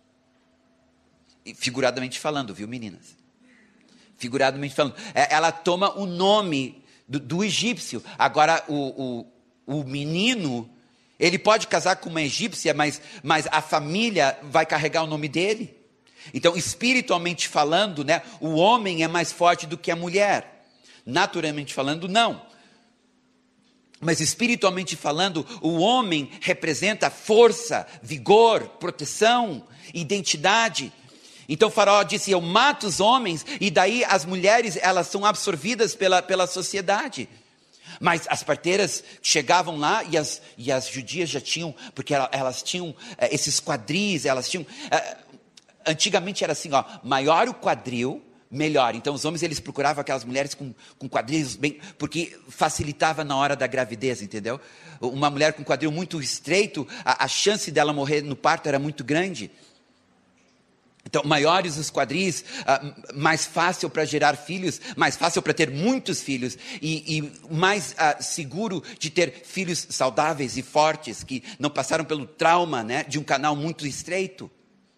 E, figuradamente falando, viu, meninas? Figuradamente falando. Ela toma o nome do egípcio. Agora, o menino, ele pode casar com uma egípcia, mas a família vai carregar o nome dele. Então, espiritualmente falando, né, o homem é mais forte do que a mulher. Naturalmente falando, não. Mas espiritualmente falando, o homem representa força, vigor, proteção, identidade. Então Faraó disse, eu mato os homens, e daí as mulheres, elas são absorvidas pela sociedade. Mas as parteiras chegavam lá e as judias já tinham, porque elas tinham esses quadris, elas tinham... antigamente era assim, maior o quadril, melhor. Então os homens, eles procuravam aquelas mulheres com quadris bem, porque facilitava na hora da gravidez, entendeu? Uma mulher com quadril muito estreito, a chance dela morrer no parto era muito grande. Então, maiores os quadris, mais fácil para gerar filhos, mais fácil para ter muitos filhos e mais seguro de ter filhos saudáveis e fortes, que não passaram pelo trauma, né, de um canal muito estreito.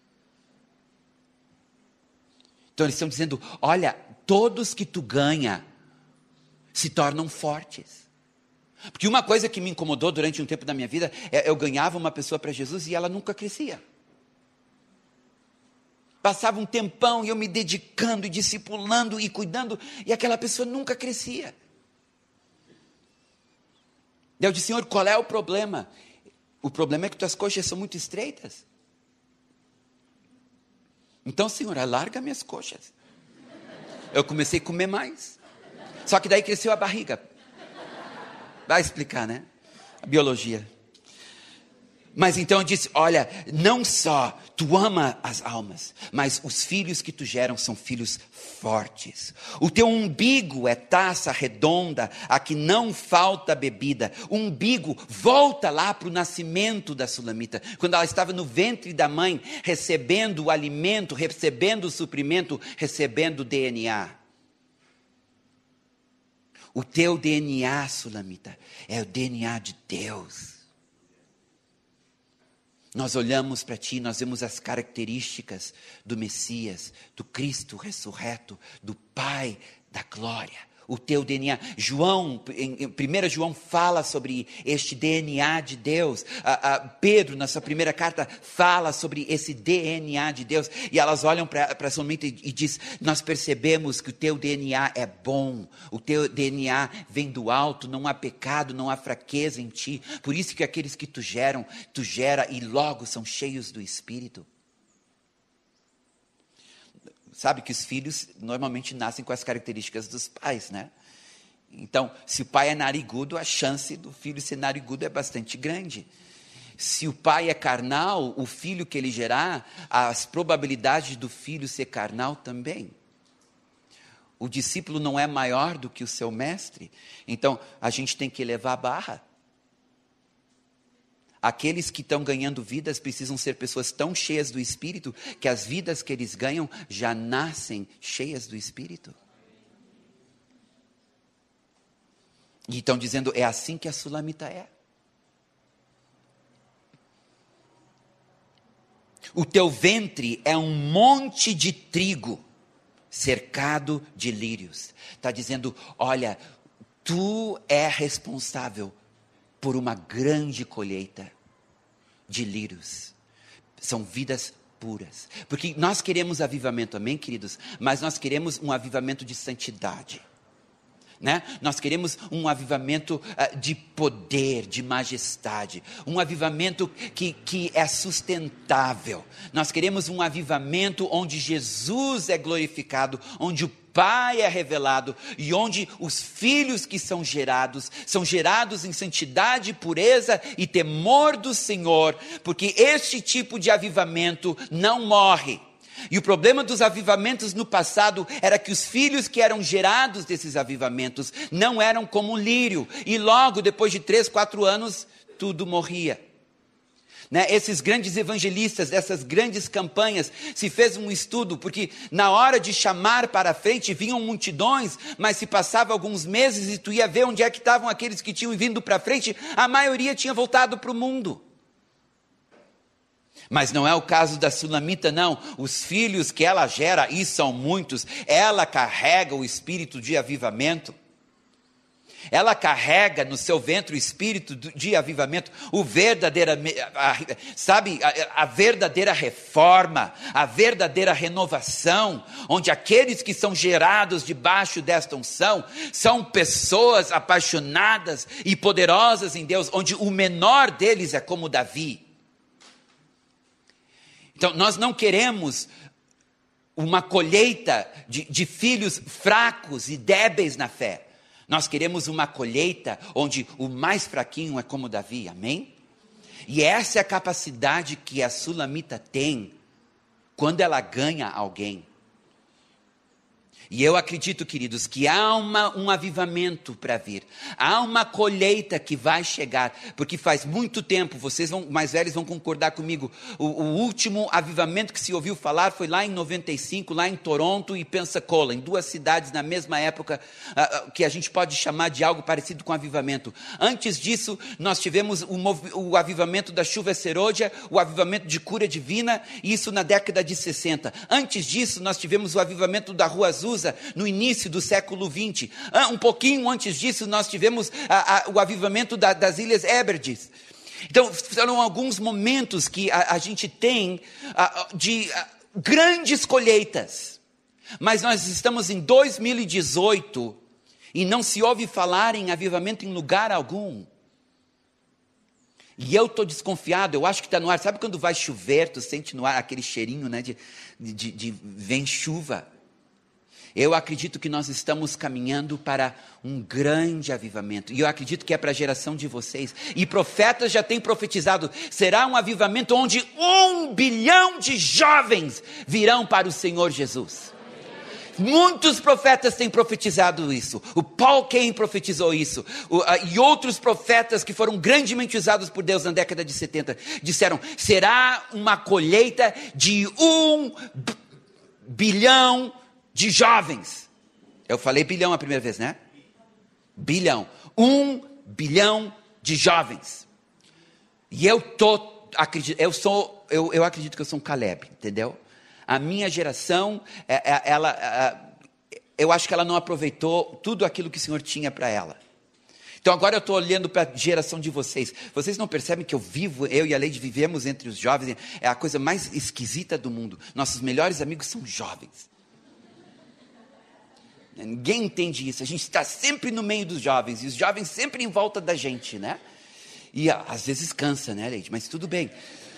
Então, eles estão dizendo, olha, todos que tu ganha se tornam fortes. Porque uma coisa que me incomodou durante um tempo da minha vida, eu ganhava uma pessoa para Jesus e ela nunca crescia. Passava um tempão e eu me dedicando e discipulando e cuidando, e aquela pessoa nunca crescia. Daí eu disse: Senhor, qual é o problema? O problema é que tuas coxas são muito estreitas. Então, Senhor, alarga minhas coxas. Eu comecei a comer mais. Só que daí cresceu a barriga. Vai explicar, né? A biologia. Mas então eu disse: olha, não só tu ama as almas, mas os filhos que tu geram são filhos fortes. O teu umbigo é taça redonda, a que não falta bebida. O umbigo volta lá para o nascimento da Sulamita, quando ela estava no ventre da mãe, recebendo o alimento, recebendo o suprimento, recebendo o DNA. O teu DNA, Sulamita, é o DNA de Deus. Nós olhamos para ti, nós vemos as características do Messias, do Cristo ressurreto, do Pai da glória. O teu DNA. João, em 1 João fala sobre este DNA de Deus. Pedro, na sua primeira carta, fala sobre esse DNA de Deus. E elas olham para a Sulamita e diz: nós percebemos que o teu DNA é bom. O teu DNA vem do alto, não há pecado, não há fraqueza em ti. Por isso que aqueles que tu gera e logo são cheios do Espírito. Sabe que os filhos normalmente nascem com as características dos pais, né? Então, se o pai é narigudo, a chance do filho ser narigudo é bastante grande. Se o pai é carnal, o filho que ele gerar, as probabilidades do filho ser carnal também. O discípulo não é maior do que o seu mestre, então a gente tem que elevar a barra. Aqueles que estão ganhando vidas precisam ser pessoas tão cheias do Espírito que as vidas que eles ganham já nascem cheias do Espírito. E estão dizendo: é assim que a Sulamita é. O teu ventre é um monte de trigo cercado de lírios. Está dizendo: olha, tu é responsável por uma grande colheita de lírios. São vidas puras. Porque nós queremos avivamento, amém, queridos? Mas nós queremos um avivamento de santidade. Né? Nós queremos um avivamento de poder, de majestade. Um avivamento que é sustentável. Nós queremos um avivamento onde Jesus é glorificado, onde o Pai é revelado e onde os filhos que são gerados em santidade, pureza e temor do Senhor, porque este tipo de avivamento não morre. E o problema dos avivamentos no passado era que os filhos que eram gerados desses avivamentos não eram como um lírio, e logo depois de 3, 4 anos tudo morria. Né? Esses grandes evangelistas, dessas grandes campanhas, se fez um estudo, porque na hora de chamar para a frente vinham multidões, mas se passava alguns meses e tu ia ver onde é que estavam aqueles que tinham vindo para a frente, a maioria tinha voltado para o mundo. Mas não é o caso da Sulamita, não. Os filhos que ela gera, e são muitos, ela carrega o espírito de avivamento. Ela carrega no seu ventre o espírito de avivamento, a verdadeira reforma, a verdadeira renovação, onde aqueles que são gerados debaixo desta unção, são pessoas apaixonadas e poderosas em Deus, onde o menor deles é como Davi. Então nós não queremos uma colheita de filhos fracos e débeis na fé. Nós queremos uma colheita onde o mais fraquinho é como Davi, amém? E essa é a capacidade que a Sulamita tem quando ela ganha alguém. E eu acredito, queridos, que há um avivamento para vir. Há uma colheita que vai chegar. Porque faz muito tempo, mais velhos vão concordar comigo, o último avivamento que se ouviu falar foi lá em 95, lá em Toronto e Pensacola, em 2 cidades na mesma época, que a gente pode chamar de algo parecido com avivamento. Antes disso, nós tivemos o avivamento da chuva serôdia, o avivamento de cura divina, isso na década de 60. Antes disso, nós tivemos o avivamento da Rua Azusa, no início do século 20. Um pouquinho antes disso, nós tivemos o avivamento das Ilhas Hébrides. Então, foram alguns momentos que a gente tem de grandes colheitas. Mas nós estamos em 2018 e não se ouve falar em avivamento em lugar algum. E eu estou desconfiado, eu acho que está no ar. Sabe quando vai chover, tu sente no ar aquele cheirinho, né, de vem chuva. Eu acredito que nós estamos caminhando para um grande avivamento. E eu acredito que é para a geração de vocês. E profetas já têm profetizado. Será um avivamento onde 1 bilhão de jovens virão para o Senhor Jesus. Muitos profetas têm profetizado isso. O Paul Cain profetizou isso. E outros profetas que foram grandemente usados por Deus na década de 70 disseram: será uma colheita de 1 bilhão de jovens. Eu falei bilhão a primeira vez, né? Bilhão. 1 bilhão de jovens. E eu acredito que eu sou um Caleb, entendeu? A minha geração, eu acho que ela não aproveitou tudo aquilo que o Senhor tinha para ela. Então agora eu estou olhando para a geração de vocês. Vocês não percebem que eu e a Leide vivemos entre os jovens? É a coisa mais esquisita do mundo. Nossos melhores amigos são jovens. Ninguém entende isso. A gente está sempre no meio dos jovens. E os jovens sempre em volta da gente, né? E às vezes cansa, né, Leide? Mas tudo bem.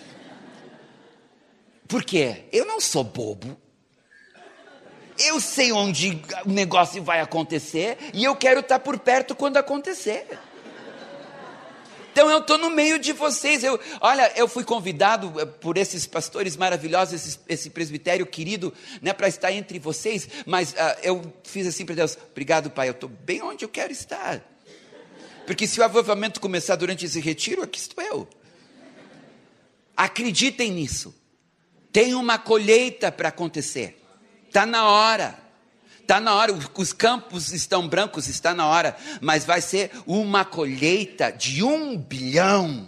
Por quê? Eu não sou bobo. Eu sei onde o negócio vai acontecer. E eu quero estar por perto quando acontecer. Então eu estou no meio de vocês. Eu fui convidado por esses pastores maravilhosos, esse presbitério querido, né, para estar entre vocês. Mas eu fiz assim para Deus: obrigado, Pai, eu estou bem onde eu quero estar. Porque se o avivamento começar durante esse retiro, aqui estou eu. Acreditem nisso. Tem uma colheita para acontecer. Está na hora. Está na hora. Os campos estão brancos, está na hora. Mas vai ser uma colheita de 1 bilhão.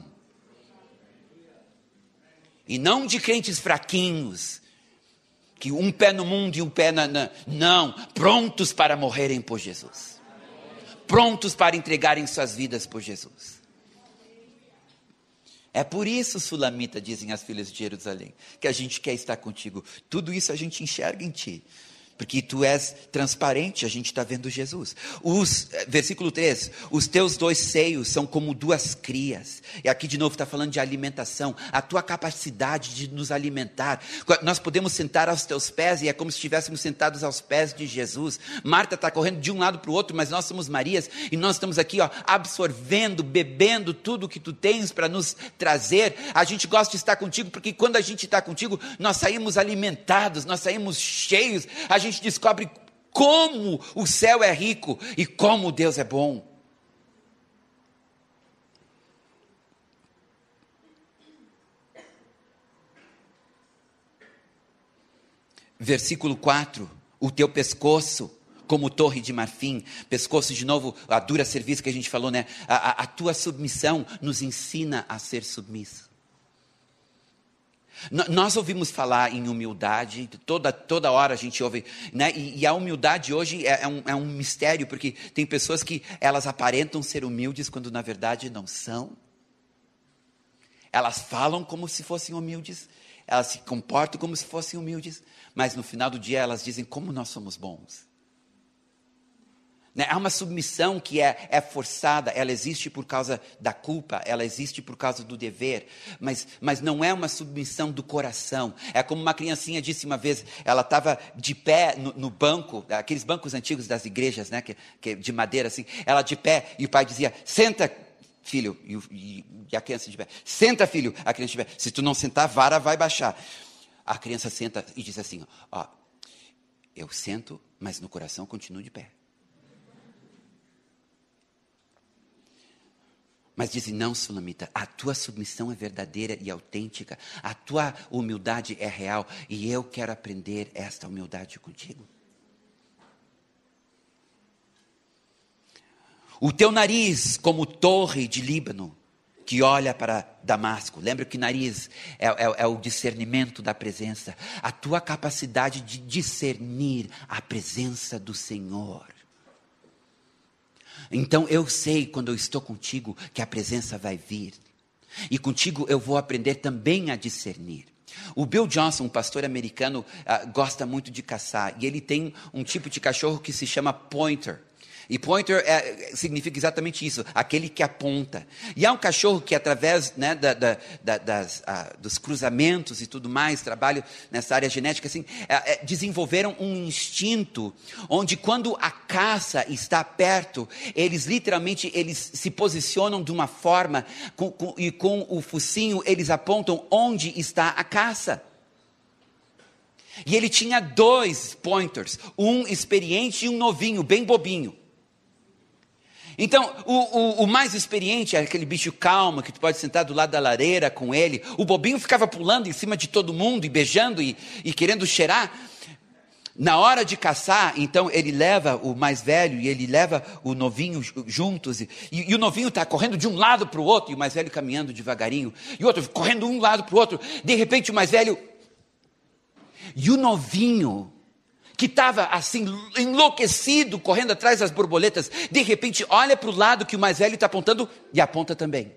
E não de crentes fraquinhos. Que um pé no mundo e um pé não. Prontos para morrerem por Jesus. Prontos para entregarem suas vidas por Jesus. É por isso, Sulamita, dizem as filhas de Jerusalém, que a gente quer estar contigo. Tudo isso a gente enxerga em ti. Porque tu és transparente, a gente está vendo Jesus. Versículo 3, os teus 2 seios são como 2 crias. E aqui de novo está falando de alimentação. A tua capacidade de nos alimentar. Nós podemos sentar aos teus pés e é como se estivéssemos sentados aos pés de Jesus. Marta está correndo de um lado para o outro, mas nós somos Marias. E nós estamos aqui absorvendo, bebendo tudo que tu tens para nos trazer. A gente gosta de estar contigo porque quando a gente está contigo, nós saímos alimentados, nós saímos cheios. A gente descobre como o céu é rico e como Deus é bom. Versículo 4, o teu pescoço como torre de marfim, pescoço de novo, a dura cerviz que a gente falou, né? A tua submissão nos ensina a ser submisso. Nós ouvimos falar em humildade, toda hora a gente ouve, né? E a humildade hoje é um mistério, porque tem pessoas que elas aparentam ser humildes quando na verdade não são. Elas falam como se fossem humildes, elas se comportam como se fossem humildes, mas no final do dia elas dizem como nós somos bons. Há uma submissão que é forçada, ela existe por causa da culpa, ela existe por causa do dever, mas não é uma submissão do coração. É como uma criancinha disse uma vez, ela estava de pé no banco, aqueles bancos antigos das igrejas, né, que de madeira assim, ela de pé, e o pai dizia, senta filho, e a criança de pé, senta filho, a criança de pé, se tu não sentar, a vara vai baixar. A criança senta e diz assim, eu sento, mas no coração continuo de pé. Mas dizem, não, Sulamita, a tua submissão é verdadeira e autêntica, a tua humildade é real, e eu quero aprender esta humildade contigo. O teu nariz como torre de Líbano, que olha para Damasco. Lembra que nariz é o discernimento da presença. A tua capacidade de discernir a presença do Senhor. Então eu sei quando eu estou contigo que a presença vai vir. E contigo eu vou aprender também a discernir. O Bill Johnson, um pastor americano, gosta muito de caçar. E ele tem um tipo de cachorro que se chama pointer. E pointer significa exatamente isso, aquele que aponta. E há um cachorro que através, né, dos cruzamentos e tudo mais, trabalho nessa área genética, assim, desenvolveram um instinto, onde quando a caça está perto, eles literalmente se posicionam de uma forma, e com o focinho eles apontam onde está a caça. E ele tinha 2 pointers, um experiente e um novinho, bem bobinho. Então, o mais experiente é aquele bicho calmo, que tu pode sentar do lado da lareira com ele. O bobinho ficava pulando em cima de todo mundo, e beijando, e querendo cheirar. Na hora de caçar, então, ele leva o mais velho, e ele leva o novinho juntos. E o novinho está correndo de um lado para o outro, e o mais velho caminhando devagarinho. E o outro correndo de um lado para o outro. De repente, o mais velho... E o novinho... que estava assim, enlouquecido, correndo atrás das borboletas, de repente olha para o lado que o mais velho está apontando e aponta também.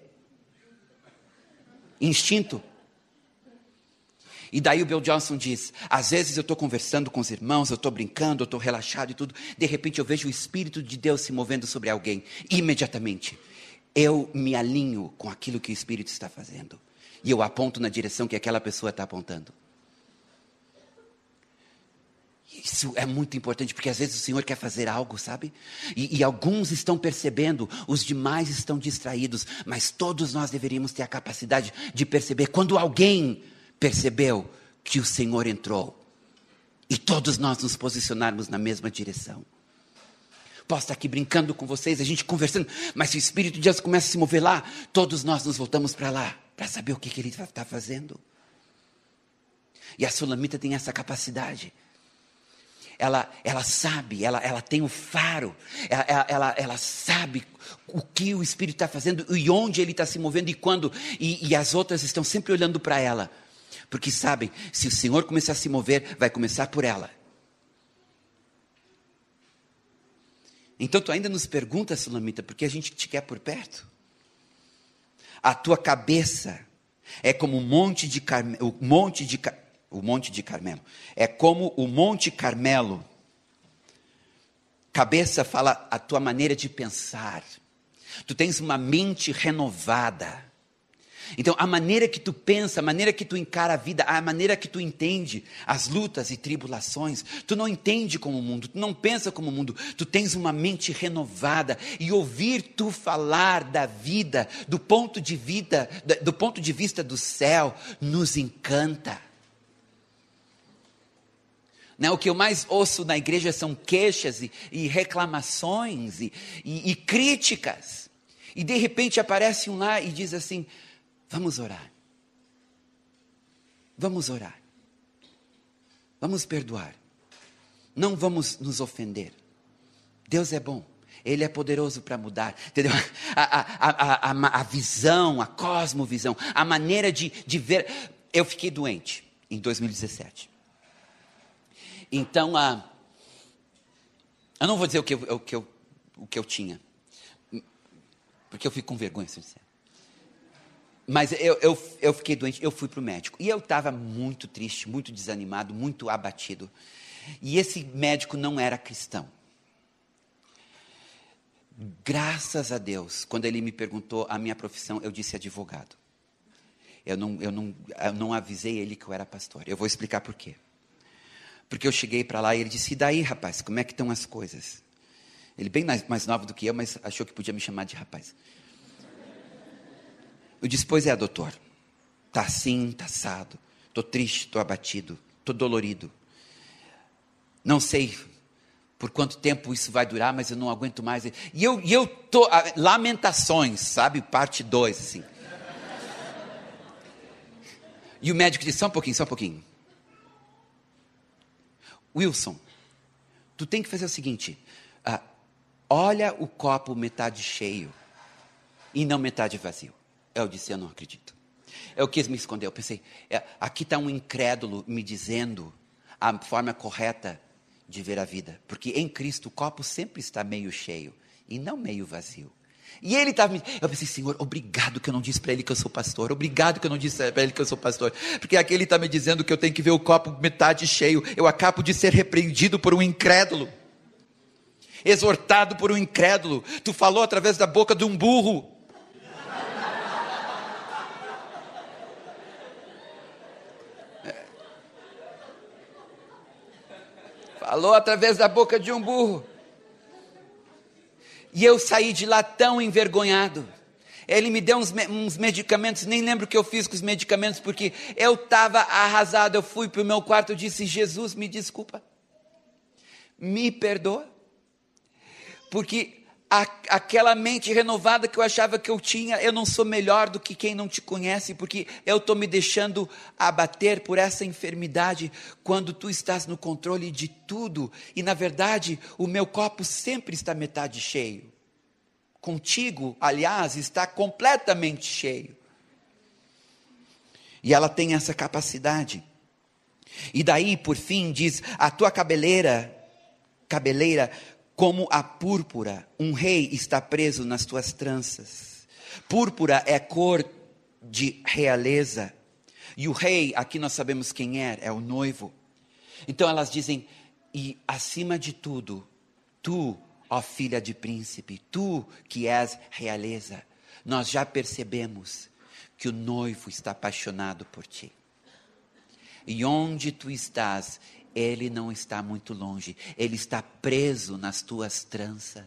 Instinto. E daí o Bill Johnson diz, às vezes eu estou conversando com os irmãos, eu estou brincando, eu estou relaxado e tudo, de repente eu vejo o Espírito de Deus se movendo sobre alguém, imediatamente, eu me alinho com aquilo que o Espírito está fazendo, e eu aponto na direção que aquela pessoa está apontando. Isso é muito importante, porque às vezes o Senhor quer fazer algo, sabe? E alguns estão percebendo, os demais estão distraídos, mas todos nós deveríamos ter a capacidade de perceber quando alguém percebeu que o Senhor entrou. E todos nós nos posicionarmos na mesma direção. Posso estar aqui brincando com vocês, a gente conversando, mas se o Espírito de Deus começa a se mover lá, todos nós nos voltamos para lá, para saber o que Ele está fazendo. E a Sulamita tem essa capacidade. Ela sabe, ela tem o faro, ela sabe o que o Espírito está fazendo e onde ele está se movendo e quando, e as outras estão sempre olhando para ela, porque sabem, se o Senhor começar a se mover, vai começar por ela. Então tu ainda nos pergunta, Sulamita, por que a gente te quer por perto? A tua cabeça é como o Monte de Carmelo, é como o Monte Carmelo. Cabeça fala a tua maneira de pensar. Tu tens uma mente renovada. Então, a maneira que tu pensa, a maneira que tu encara a vida, a maneira que tu entende as lutas e tribulações, tu não entende como o mundo, tu não pensa como o mundo, tu tens uma mente renovada, e ouvir tu falar da vida, do ponto de vista do céu, nos encanta. Não, o que eu mais ouço na igreja são queixas e reclamações e críticas. E de repente aparece um lá e diz assim, vamos orar. Vamos orar. Vamos perdoar. Não vamos nos ofender. Deus é bom. Ele é poderoso para mudar. Entendeu? A visão, a cosmovisão, a maneira de ver. Eu fiquei doente em 2017. Então, eu não vou dizer o que eu tinha, porque eu fico com vergonha, se disser. Mas eu fiquei doente, eu fui para o médico. E eu estava muito triste, muito desanimado, muito abatido. E esse médico não era cristão. Graças a Deus, quando ele me perguntou a minha profissão, eu disse advogado. Eu não avisei ele que eu era pastor. Eu vou explicar por quê. Porque eu cheguei para lá e ele disse, e daí, rapaz, como é que estão as coisas? Ele bem mais novo do que eu, mas achou que podia me chamar de rapaz. Eu disse, pois é, doutor. Está assim, está assado. Estou triste, estou abatido, estou dolorido. Não sei por quanto tempo isso vai durar, mas eu não aguento mais. E eu estou... Lamentações, sabe? Parte 2, assim. E o médico disse, só um pouquinho. Wilson, tu tem que fazer o seguinte, olha o copo metade cheio e não metade vazio. Eu disse, eu não acredito. Eu quis me esconder, eu pensei, aqui está um incrédulo me dizendo a forma correta de ver a vida. Porque em Cristo o copo sempre está meio cheio e não meio vazio. E ele estava eu pensei, Senhor, obrigado que eu não disse para ele que eu sou pastor. Obrigado que eu não disse para ele que eu sou pastor. Porque aqui ele está me dizendo que eu tenho que ver o copo metade cheio. Eu acabo de ser repreendido por um incrédulo. exortado por um incrédulo, tu falou através da boca de um burro. Falou através da boca de um burro. E eu saí de lá tão envergonhado. Ele me deu uns medicamentos, nem lembro o que eu fiz com os medicamentos, porque eu estava arrasado. Eu fui para o meu quarto e disse: Jesus, me desculpa, me perdoa, porque aquela mente renovada que eu achava que eu tinha, eu não sou melhor do que quem não te conhece, porque eu estou me deixando abater por essa enfermidade, quando tu estás no controle de tudo, e na verdade o meu copo sempre está metade cheio, contigo, aliás, está completamente cheio. E ela tem essa capacidade. E daí, por fim, diz: a tua cabeleira, como a púrpura, um rei está preso nas tuas tranças. Púrpura é cor de realeza. E o rei, aqui nós sabemos quem é o noivo. Então elas dizem: e acima de tudo, tu, ó filha de príncipe, tu que és realeza, nós já percebemos que o noivo está apaixonado por ti. E onde tu estás, ele não está muito longe, ele está preso nas tuas tranças.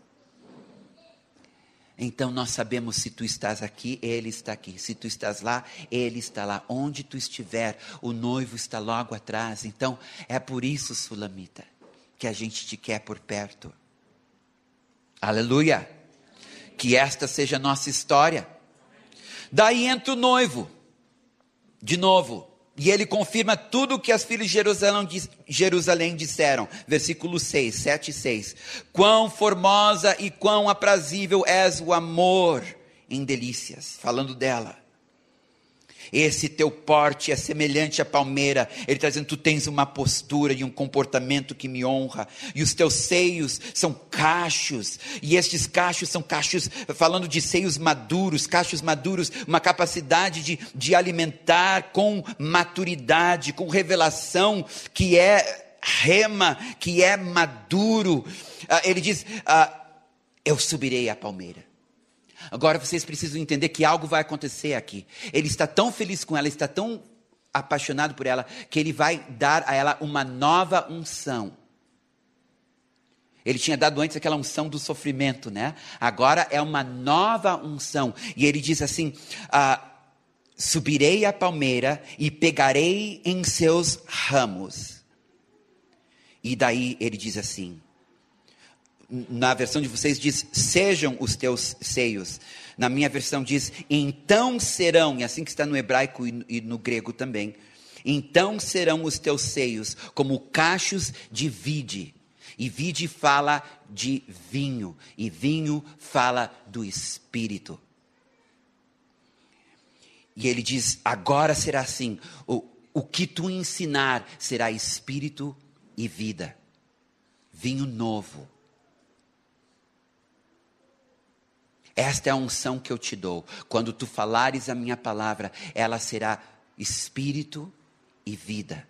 Então nós sabemos, se tu estás aqui, ele está aqui. Se tu estás lá, ele está lá. Onde tu estiver, o noivo está logo atrás. Então é por isso, Sulamita, que a gente te quer por perto. Aleluia! Que esta seja a nossa história. Daí entra o noivo, de novo. E ele confirma tudo o que as filhas de Jerusalém disseram. Versículo 6, 7 e 6. Quão formosa e quão aprazível és o amor em delícias. Falando dela. Esse teu porte é semelhante à palmeira. Ele está dizendo: tu tens uma postura e um comportamento que me honra. E os teus seios são cachos. E estes cachos são cachos, falando de seios maduros, cachos maduros, uma capacidade de alimentar com maturidade, com revelação, que é rema, que é maduro. Ele diz: eu subirei à palmeira. Agora vocês precisam entender que algo vai acontecer aqui. Ele está tão feliz com ela, está tão apaixonado por ela, que ele vai dar a ela uma nova unção. Ele tinha dado antes aquela unção do sofrimento, né? Agora é uma nova unção. E ele diz assim: subirei à palmeira e pegarei em seus ramos. E daí ele diz assim, na versão de vocês diz: sejam os teus seios. Na minha versão diz: então serão, e assim que está no hebraico e no grego também. Então serão os teus seios como cachos de vide. E vide fala de vinho. E vinho fala do Espírito. E ele diz: agora será assim. O que tu ensinar será Espírito e vida. Vinho novo. Esta é a unção que eu te dou. Quando tu falares a minha palavra, ela será espírito e vida.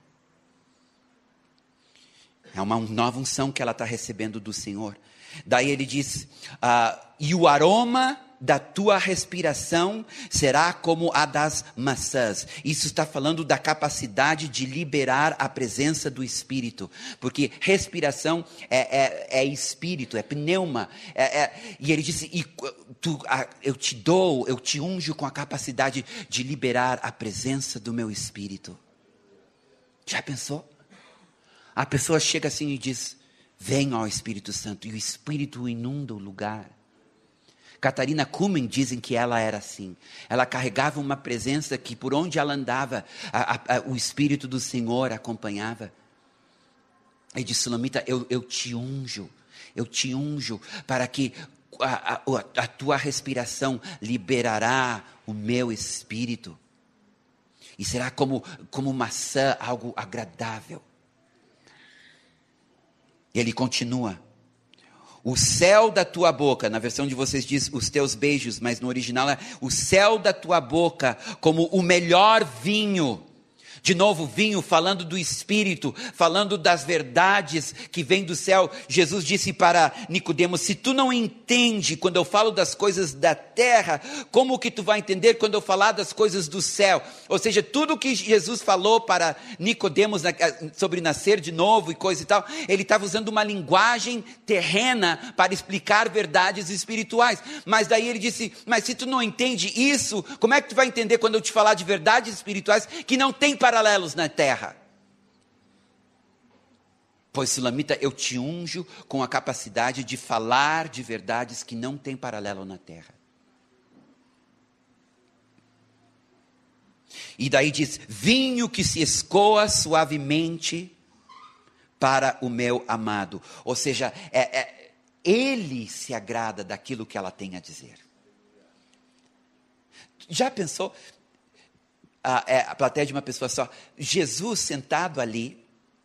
É uma nova unção que ela está recebendo do Senhor. Daí ele diz: e o aroma da tua respiração será como a das maçãs. Isso está falando da capacidade de liberar a presença do Espírito, porque respiração é espírito, é pneuma, e ele disse: eu te unjo com a capacidade de liberar a presença do meu Espírito. Já pensou? A pessoa chega assim e diz: vem, ó Espírito Santo, e o Espírito inunda o lugar. Catarina Kuhlman dizem que ela era assim. Ela carregava uma presença que por onde ela andava, o Espírito do Senhor acompanhava. E disse: Sulamita, eu te unjo para que a tua respiração liberará o meu Espírito. E será como maçã, algo agradável. E ele continua: o céu da tua boca, na versão de vocês diz os teus beijos, mas no original é o céu da tua boca, como o melhor vinho. De novo, vinho, falando do Espírito, falando das verdades que vêm do céu. Jesus disse para Nicodemos: se tu não entende quando eu falo das coisas da terra, como que tu vai entender quando eu falar das coisas do céu? Ou seja, tudo que Jesus falou para Nicodemos sobre nascer de novo e coisa e tal, ele estava usando uma linguagem terrena para explicar verdades espirituais. Mas daí ele disse: mas se tu não entende isso, como é que tu vai entender quando eu te falar de verdades espirituais que não tem paralelos na terra? Pois, Sulamita, eu te unjo com a capacidade de falar de verdades que não tem paralelo na terra. E daí diz: vinho que se escoa suavemente para o meu amado. Ou seja, ele se agrada daquilo que ela tem a dizer. Já pensou? A plateia de uma pessoa só. Jesus sentado ali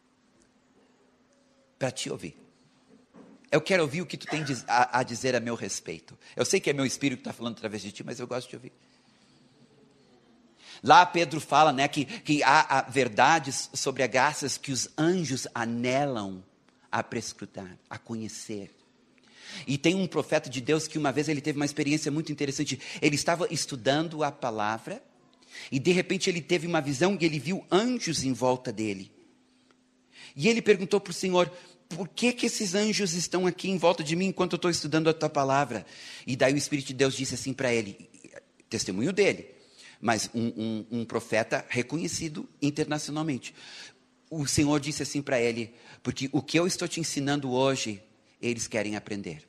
para te ouvir. Eu quero ouvir o que tu tem a dizer a meu respeito. Eu sei que é meu espírito que está falando através de ti, mas eu gosto de ouvir. Lá Pedro fala, né, que há verdades sobre as graças que os anjos anelam a prescrutar, a conhecer. E tem um profeta de Deus que uma vez ele teve uma experiência muito interessante. Ele estava estudando a palavra e de repente ele teve uma visão e ele viu anjos em volta dele. E ele perguntou para o Senhor: por que esses anjos estão aqui em volta de mim enquanto eu estou estudando a tua palavra? E daí o Espírito de Deus disse assim para ele, testemunho dele, mas um profeta reconhecido internacionalmente. O Senhor disse assim para ele: porque o que eu estou te ensinando hoje, eles querem aprender.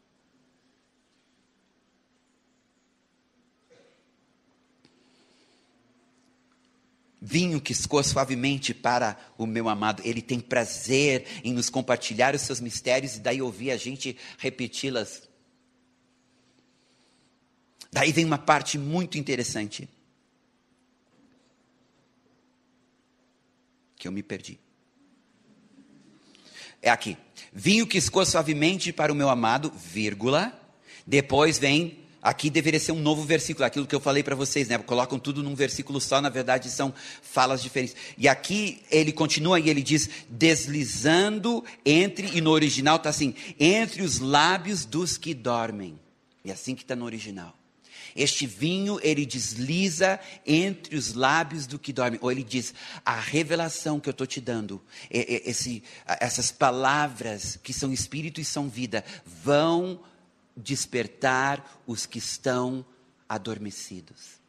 Vinho que escoa suavemente para o meu amado. Ele tem prazer em nos compartilhar os seus mistérios e daí ouvir a gente repeti-las. Daí vem uma parte muito interessante, que eu me perdi. É aqui. Vinho que escoa suavemente para o meu amado, vírgula. Depois vem, aqui deveria ser um novo versículo, aquilo que eu falei para vocês, né? Colocam tudo num versículo só, na verdade são falas diferentes. E aqui ele continua e ele diz: deslizando entre, e no original está assim, entre os lábios dos que dormem. É assim que está no original. Este vinho, ele desliza entre os lábios do que dorme. Ou ele diz: a revelação que eu estou te dando, essas palavras que são espírito e são vida, vão despertar os que estão adormecidos.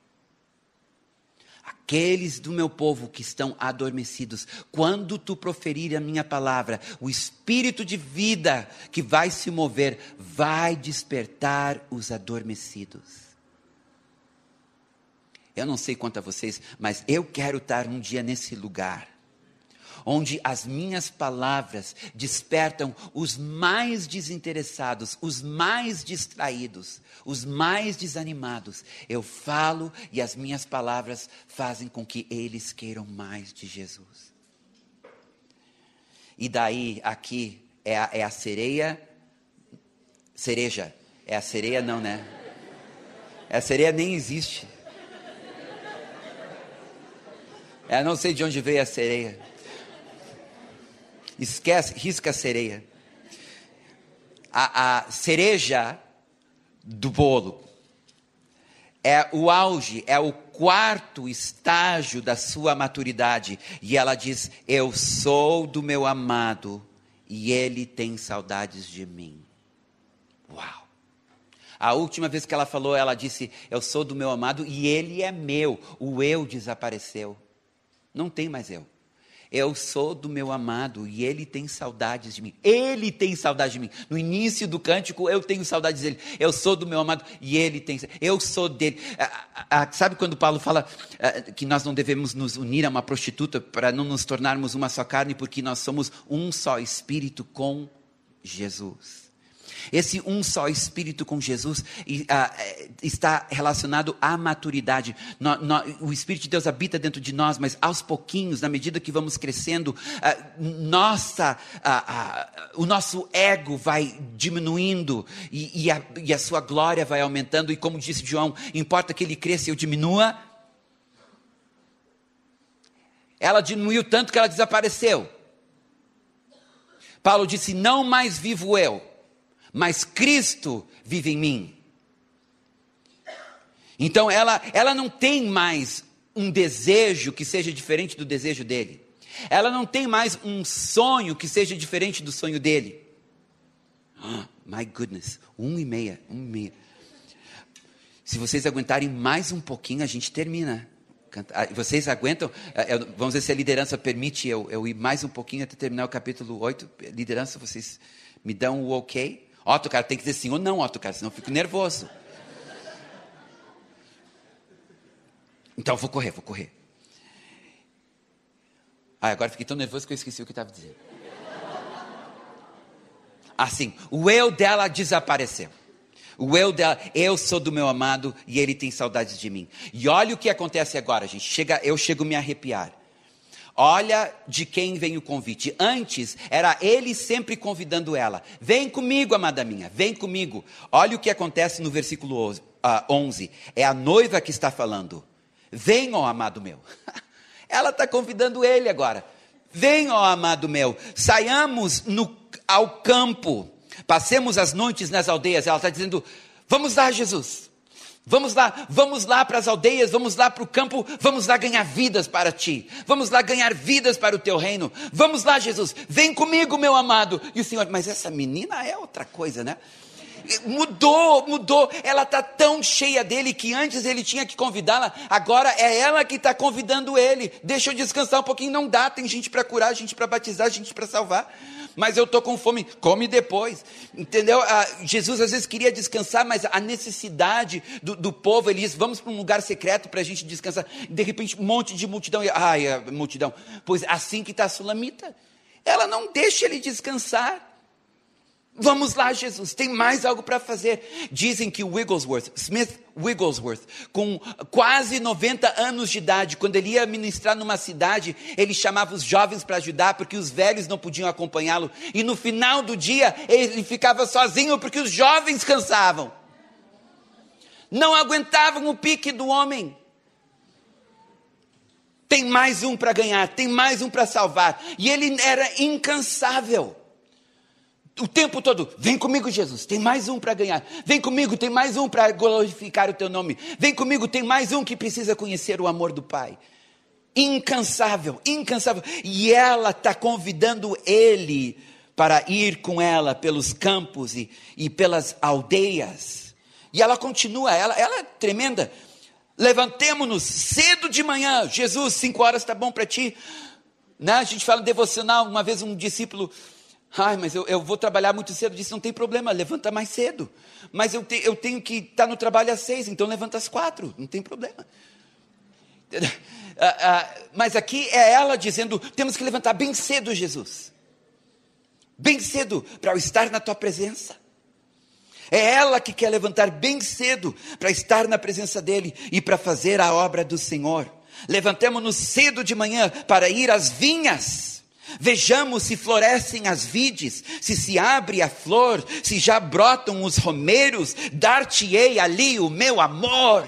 Aqueles do meu povo que estão adormecidos, quando tu proferir a minha palavra, o espírito de vida que vai se mover, vai despertar os adormecidos. Eu não sei quanto a vocês, mas eu quero estar um dia nesse lugar, onde as minhas palavras despertam os mais desinteressados, os mais distraídos, os mais desanimados. Eu falo e as minhas palavras fazem com que eles queiram mais de Jesus. E daí, aqui, é a cereja. É a sereia não, né? A sereia nem existe. Eu não sei de onde veio a sereia. Esquece, risca a sereia. A cereja do bolo é o auge, é o quarto estágio da sua maturidade. E ela diz: eu sou do meu amado e ele tem saudades de mim. Uau! A última vez que ela falou, ela disse: eu sou do meu amado e ele é meu. O eu desapareceu. Não tem mais eu. Eu sou do meu amado e ele tem saudades de mim. Ele tem saudade de mim. No início do cântico, eu tenho saudades dele. Eu sou do meu amado e ele tem. Eu sou dele. Sabe quando Paulo fala que nós não devemos nos unir a uma prostituta para não nos tornarmos uma só carne, porque nós somos um só espírito com Jesus. Esse um só espírito com Jesus está relacionado à maturidade. O Espírito de Deus habita dentro de nós, mas aos pouquinhos, na medida que vamos crescendo, o nosso ego vai diminuindo e a sua glória vai aumentando. E como disse João, importa que ele cresça e eu diminua. ela diminuiu tanto que ela desapareceu. Paulo disse, não mais vivo eu, mas Cristo vive em mim. Então ela não tem mais um desejo que seja diferente do desejo dele. Ela não tem mais um sonho que seja diferente do sonho dele. Oh, my goodness, 1h30. Se vocês aguentarem mais um pouquinho, a gente termina. Vocês aguentam? Vamos ver se a liderança permite eu ir mais um pouquinho até terminar o capítulo 8. Liderança, vocês me dão o ok? Otto, cara, tem que dizer sim ou não, Otto, cara, senão eu fico nervoso. Então, vou correr. Agora fiquei tão nervoso que eu esqueci o que estava dizendo. Assim, o eu dela desapareceu. O eu dela, eu sou do meu amado e ele tem saudades de mim. E olha o que acontece agora, gente. Eu chego a me arrepiar. Olha de quem vem o convite. Antes, era ele sempre convidando ela. Vem comigo, amada minha, vem comigo. Olha o que acontece no versículo 11. É a noiva que está falando. Vem, ó amado meu. Ela está convidando ele agora. Vem, ó amado meu, saiamos ao campo, passemos as noites nas aldeias. Ela está dizendo, vamos lá, Jesus. Vamos lá para as aldeias, vamos lá para o campo, vamos lá ganhar vidas para ti. Vamos lá ganhar vidas para o teu reino. Vamos lá, Jesus, vem comigo, meu amado. E o Senhor, mas essa menina é outra coisa, né? Mudou, ela está tão cheia dele que antes ele tinha que convidá-la, agora é ela que está convidando ele. Deixa eu descansar um pouquinho, não dá, tem gente para curar, gente para batizar, gente para salvar, mas eu estou com fome, come depois, entendeu? Jesus às vezes queria descansar, mas a necessidade do povo, ele diz, vamos para um lugar secreto para a gente descansar, de repente um monte de multidão, multidão, pois assim que está a sulamita, ela não deixa ele descansar. Vamos lá, Jesus, tem mais algo para fazer. Dizem que Smith Wigglesworth, com quase 90 anos de idade, quando ele ia ministrar numa cidade, ele chamava os jovens para ajudar, porque os velhos não podiam acompanhá-lo, e no final do dia, ele ficava sozinho, porque os jovens cansavam, não aguentavam o pique do homem. Tem mais um para ganhar, tem mais um para salvar, e ele era incansável. O tempo todo, vem comigo, Jesus, tem mais um para ganhar. Vem comigo, tem mais um para glorificar o teu nome. Vem comigo, tem mais um que precisa conhecer o amor do Pai. Incansável. E ela está convidando ele para ir com ela pelos campos e pelas aldeias. E ela continua, ela é tremenda. Levantemo-nos cedo de manhã. Jesus, 5 horas está bom para ti? Né? A gente fala devocional, uma vez um discípulo... mas eu vou trabalhar muito cedo. Disse, não tem problema, levanta mais cedo. Mas eu tenho que estar no trabalho às 6, então levanta às 4, não tem problema. Mas aqui é ela dizendo, temos que levantar bem cedo, Jesus. Bem cedo, para eu estar na tua presença. É ela que quer levantar bem cedo, para estar na presença dele e para fazer a obra do Senhor. Levantemo-nos cedo de manhã para ir às vinhas. Vejamos se florescem as vides, se abre a flor, se já brotam os romeiros, dar-te-ei ali o meu amor.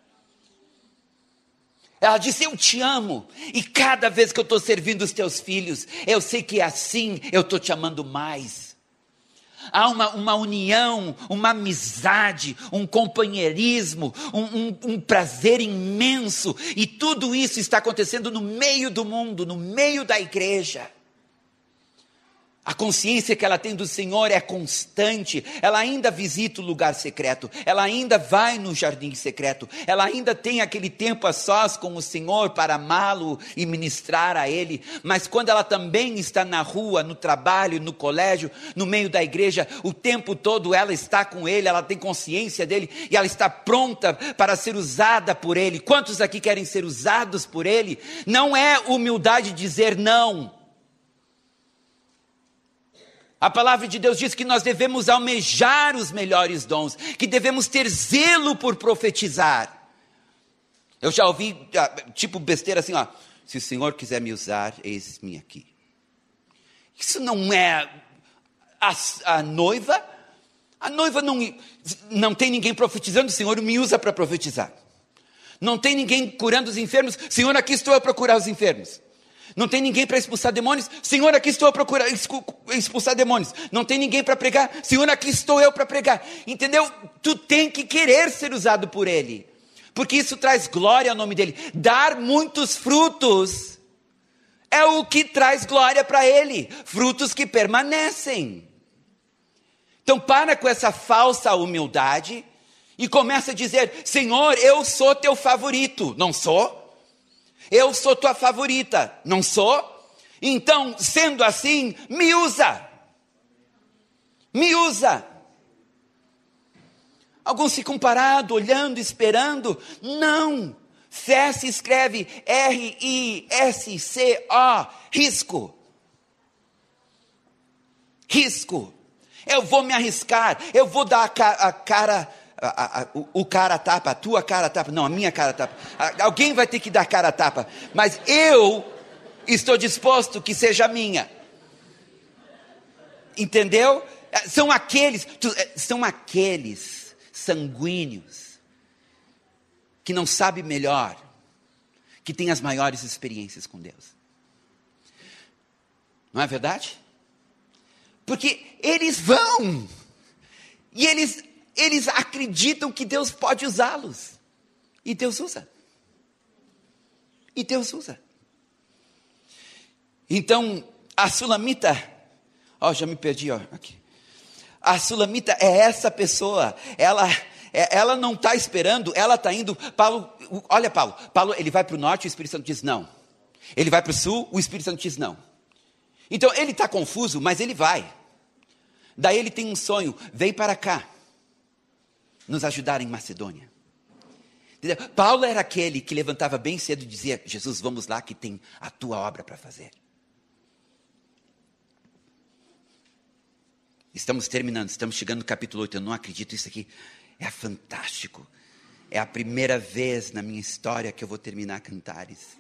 Ela disse, eu te amo, e cada vez que eu estou servindo os teus filhos, eu sei que é assim, eu estou te amando mais. Há uma união, uma amizade, um companheirismo, um prazer imenso. E tudo isso está acontecendo no meio do mundo, no meio da igreja. A consciência que ela tem do Senhor é constante. Ela ainda visita o lugar secreto. Ela ainda vai no jardim secreto. Ela ainda tem aquele tempo a sós com o Senhor para amá-lo e ministrar a Ele. Mas quando ela também está na rua, no trabalho, no colégio, no meio da igreja, o tempo todo ela está com Ele, ela tem consciência dEle e ela está pronta para ser usada por Ele. Quantos aqui querem ser usados por Ele? Não é humildade dizer não. A palavra de Deus diz que nós devemos almejar os melhores dons, que devemos ter zelo por profetizar. Eu já ouvi, tipo besteira assim, se o Senhor quiser me usar, eis-me aqui. Isso não é a noiva. A noiva não tem ninguém profetizando, o Senhor me usa para profetizar. Não tem ninguém curando os enfermos, Senhor, aqui estou a procurar os enfermos. Não tem ninguém para expulsar demônios? Senhor, aqui estou a procurar expulsar demônios. Não tem ninguém para pregar? Senhor, aqui estou eu para pregar. Entendeu? Tu tem que querer ser usado por Ele, porque isso traz glória ao nome dEle. Dar muitos frutos é o que traz glória para Ele, frutos que permanecem. Então para com essa falsa humildade e começa a dizer: Senhor, eu sou teu favorito. Não sou? Eu sou tua favorita. Não sou? Então, sendo assim, me usa. Me usa. Alguns ficam parados, olhando, esperando. Não. Fé se escreve R-I-S-C-O. Risco. Risco. Eu vou me arriscar. Eu vou dar a cara... o cara tapa, a tua cara tapa, não, a minha cara tapa, alguém vai ter que dar cara tapa, mas eu estou disposto que seja minha, entendeu? São aqueles sanguíneos, que não sabem melhor, que têm as maiores experiências com Deus, não é verdade? Porque eles vão, e eles acreditam que Deus pode usá-los. E Deus usa. E Deus usa. Então, a Sulamita... já me perdi, aqui. A Sulamita é essa pessoa. Ela não está esperando, ela está indo... Paulo, ele vai para o norte, o Espírito Santo diz não. Ele vai para o sul, o Espírito Santo diz não. Então, ele está confuso, mas ele vai. Daí ele tem um sonho, vem para cá. Nos ajudar em Macedônia. Entendeu? Paulo era aquele que levantava bem cedo e dizia: Jesus, vamos lá que tem a tua obra para fazer. Estamos terminando, estamos chegando no capítulo 8, eu não acredito, isso aqui é fantástico. É a primeira vez na minha história que eu vou terminar Cantares.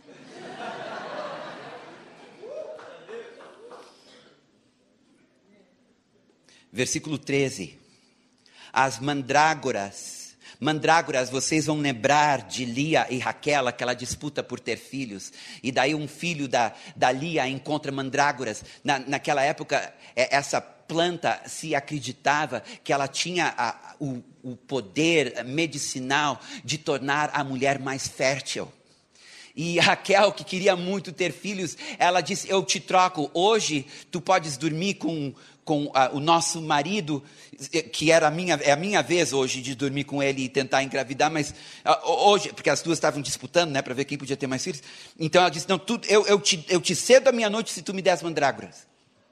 Versículo 13. As mandrágoras, vocês vão lembrar de Lia e Raquel, aquela disputa por ter filhos, e daí um filho da Lia encontra mandrágoras. Naquela época, essa planta se acreditava que ela tinha o poder medicinal de tornar a mulher mais fértil. E Raquel, que queria muito ter filhos, ela disse: eu te troco, hoje tu podes dormir com o nosso marido, que é a minha vez hoje de dormir com ele e tentar engravidar, mas hoje, porque as duas estavam disputando, né, para ver quem podia ter mais filhos. Então ela disse: não, eu te cedo a minha noite se tu me der as mandrágoras.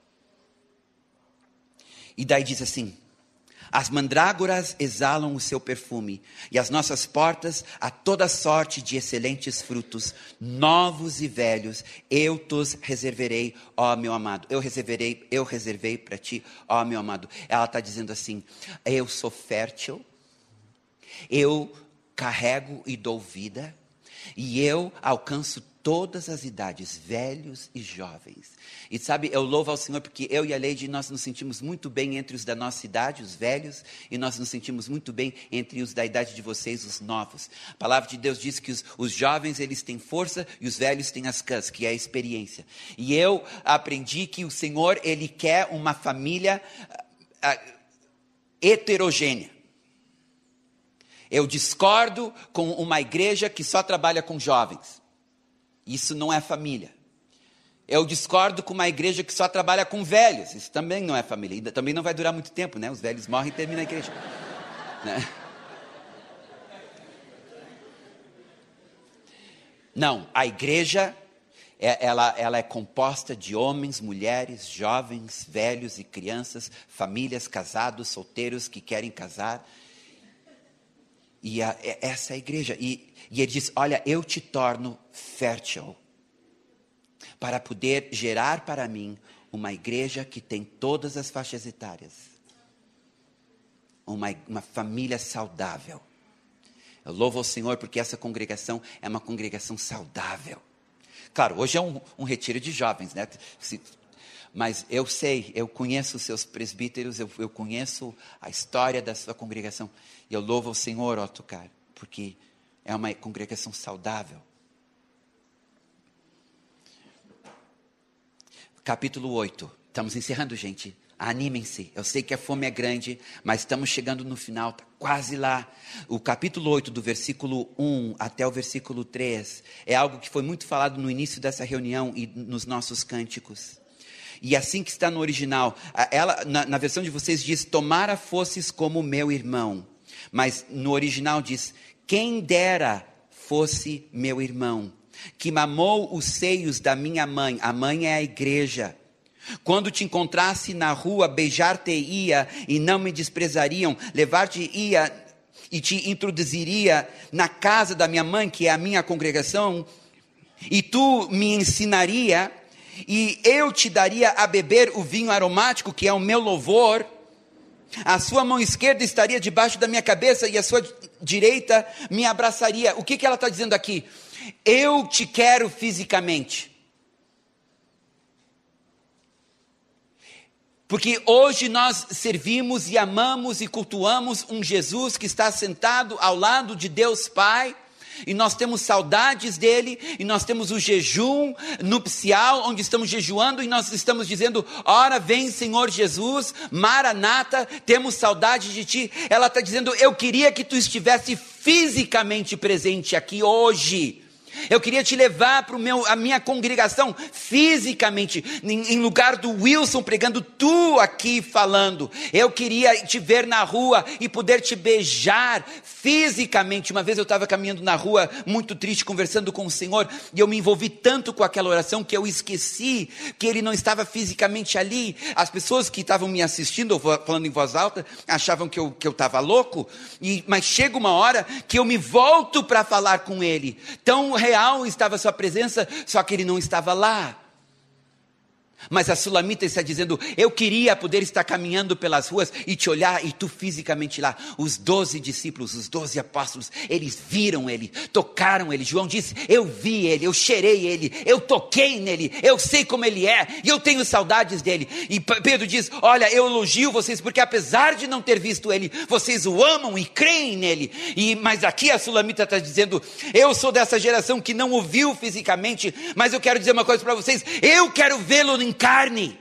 E daí diz assim: as mandrágoras exalam o seu perfume, e as nossas portas a toda sorte de excelentes frutos, novos e velhos, eu tos reservarei, ó meu amado. Eu reservei para ti, ó meu amado. Ela está dizendo assim: eu sou fértil, eu carrego e dou vida, e eu alcanço todas as idades, velhos e jovens. E sabe, eu louvo ao Senhor porque eu e a Leide, nós nos sentimos muito bem entre os da nossa idade, os velhos, e nós nos sentimos muito bem entre os da idade de vocês, os novos. A palavra de Deus diz que os jovens, eles têm força e os velhos têm as cãs, que é a experiência. E eu aprendi que o Senhor, Ele quer uma família heterogênea. Eu discordo com uma igreja que só trabalha com jovens. Isso não é família. Eu discordo com uma igreja que só trabalha com velhos. Isso também não é família. E também não vai durar muito tempo, né? Os velhos morrem e termina a igreja. Né? Não, a igreja, ela é composta de homens, mulheres, jovens, velhos e crianças, famílias, casados, solteiros que querem casar. E essa é a igreja. E ele diz: olha, eu te torno fértil para poder gerar para mim uma igreja que tem todas as faixas etárias. Uma família saudável. Eu louvo ao Senhor porque essa congregação é uma congregação saudável. Claro, hoje é um retiro de jovens, né? Mas eu sei, eu conheço os seus presbíteros, eu conheço a história da sua congregação. E eu louvo ao Senhor, ó Tocar, porque é uma congregação saudável. capítulo 8. Estamos encerrando, gente. Animem-se. Eu sei que a fome é grande, mas estamos chegando no final, está quase lá. O capítulo 8, do versículo 1 até o versículo 3, é algo que foi muito falado no início dessa reunião e nos nossos cânticos. E assim que está no original, ela, na versão de vocês diz, tomara fosses como meu irmão. Mas no original diz, quem dera fosse meu irmão, que mamou os seios da minha mãe. A mãe é a igreja. Quando te encontrasse na rua, beijar-te-ia e não me desprezariam, levar-te-ia e te introduziria na casa da minha mãe, que é a minha congregação, e tu me ensinaria, e eu te daria a beber o vinho aromático, que é o meu louvor. A sua mão esquerda estaria debaixo da minha cabeça e a sua direita me abraçaria. O que ela está dizendo aqui? Eu te quero fisicamente. Porque hoje nós servimos e amamos e cultuamos um Jesus que está sentado ao lado de Deus Pai, e nós temos saudades dele, e nós temos o jejum nupcial, onde estamos jejuando, e nós estamos dizendo, ora vem Senhor Jesus, Maranata, temos saudade de ti. Ela está dizendo, eu queria que tu estivesse fisicamente presente aqui hoje. Eu queria te levar para a minha congregação fisicamente, em lugar do Wilson pregando, tu aqui falando. Eu queria te ver na rua e poder te beijar fisicamente. Uma vez eu estava caminhando na rua, muito triste, conversando com o Senhor, e eu me envolvi tanto com aquela oração que eu esqueci que Ele não estava fisicamente ali. As pessoas que estavam me assistindo, falando em voz alta, achavam que eu estava louco, mas chega uma hora que eu me volto para falar com Ele. Tão real estava a sua presença, só que ele não estava lá. Mas a Sulamita está dizendo, eu queria poder estar caminhando pelas ruas e te olhar, e tu fisicamente lá. Os 12 discípulos, os 12 apóstolos, eles viram ele, tocaram ele. João disse, eu vi ele, eu cheirei ele, eu toquei nele, eu sei como ele é, e eu tenho saudades dele. E Pedro diz, olha, eu elogio vocês, porque apesar de não ter visto ele, vocês o amam e creem nele. Mas aqui a Sulamita está dizendo, eu sou dessa geração que não o viu fisicamente, mas eu quero dizer uma coisa para vocês, eu quero vê-lo em carne.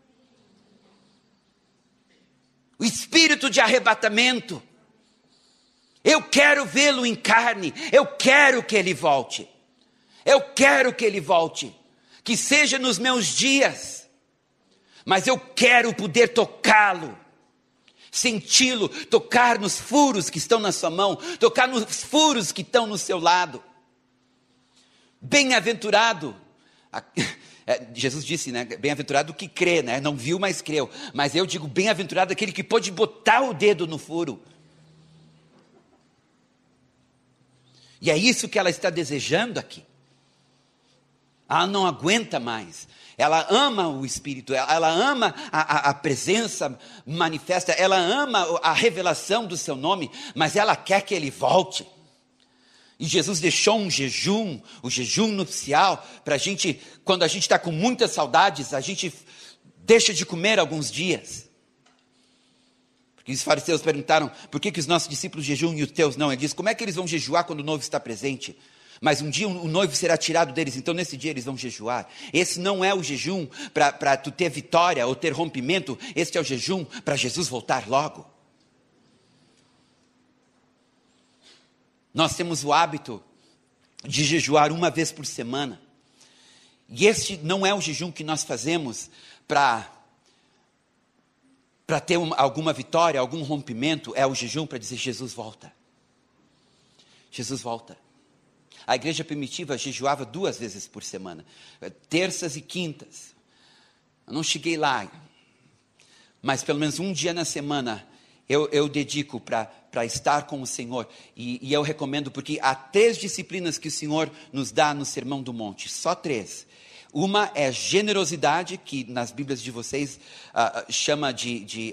O espírito de arrebatamento, eu quero vê-lo em carne, eu quero que ele volte, eu quero que ele volte, que seja nos meus dias, mas eu quero poder tocá-lo, senti-lo, tocar nos furos que estão na sua mão, tocar nos furos que estão no seu lado. Bem-aventurado, Jesus disse, né, bem-aventurado o que crê, né, não viu, mas creu. Mas eu digo, bem-aventurado aquele que pode botar o dedo no furo. E é isso que ela está desejando aqui. Ela não aguenta mais. Ela ama o Espírito, ela ama a presença manifesta, ela ama a revelação do seu nome, mas ela quer que ele volte. E Jesus deixou um jejum, o jejum nupcial, para a gente, quando a gente está com muitas saudades, a gente deixa de comer alguns dias. Porque os fariseus perguntaram, por que os nossos discípulos jejuam e os teus não? Ele diz, como é que eles vão jejuar quando o noivo está presente? Mas um dia o noivo será tirado deles, então nesse dia eles vão jejuar. Esse não é o jejum para tu ter vitória ou ter rompimento, esse é o jejum para Jesus voltar logo. Nós temos o hábito de jejuar uma vez por semana. E este não é o jejum que nós fazemos para ter alguma vitória, algum rompimento. É o jejum para dizer, Jesus volta. Jesus volta. A igreja primitiva jejuava 2 vezes por semana. Terças e quintas. Eu não cheguei lá. Mas pelo menos um dia na semana eu dedico para estar com o Senhor, e eu recomendo, porque há 3 disciplinas que o Senhor nos dá no Sermão do Monte, só 3. Uma é generosidade, que nas Bíblias de vocês chama de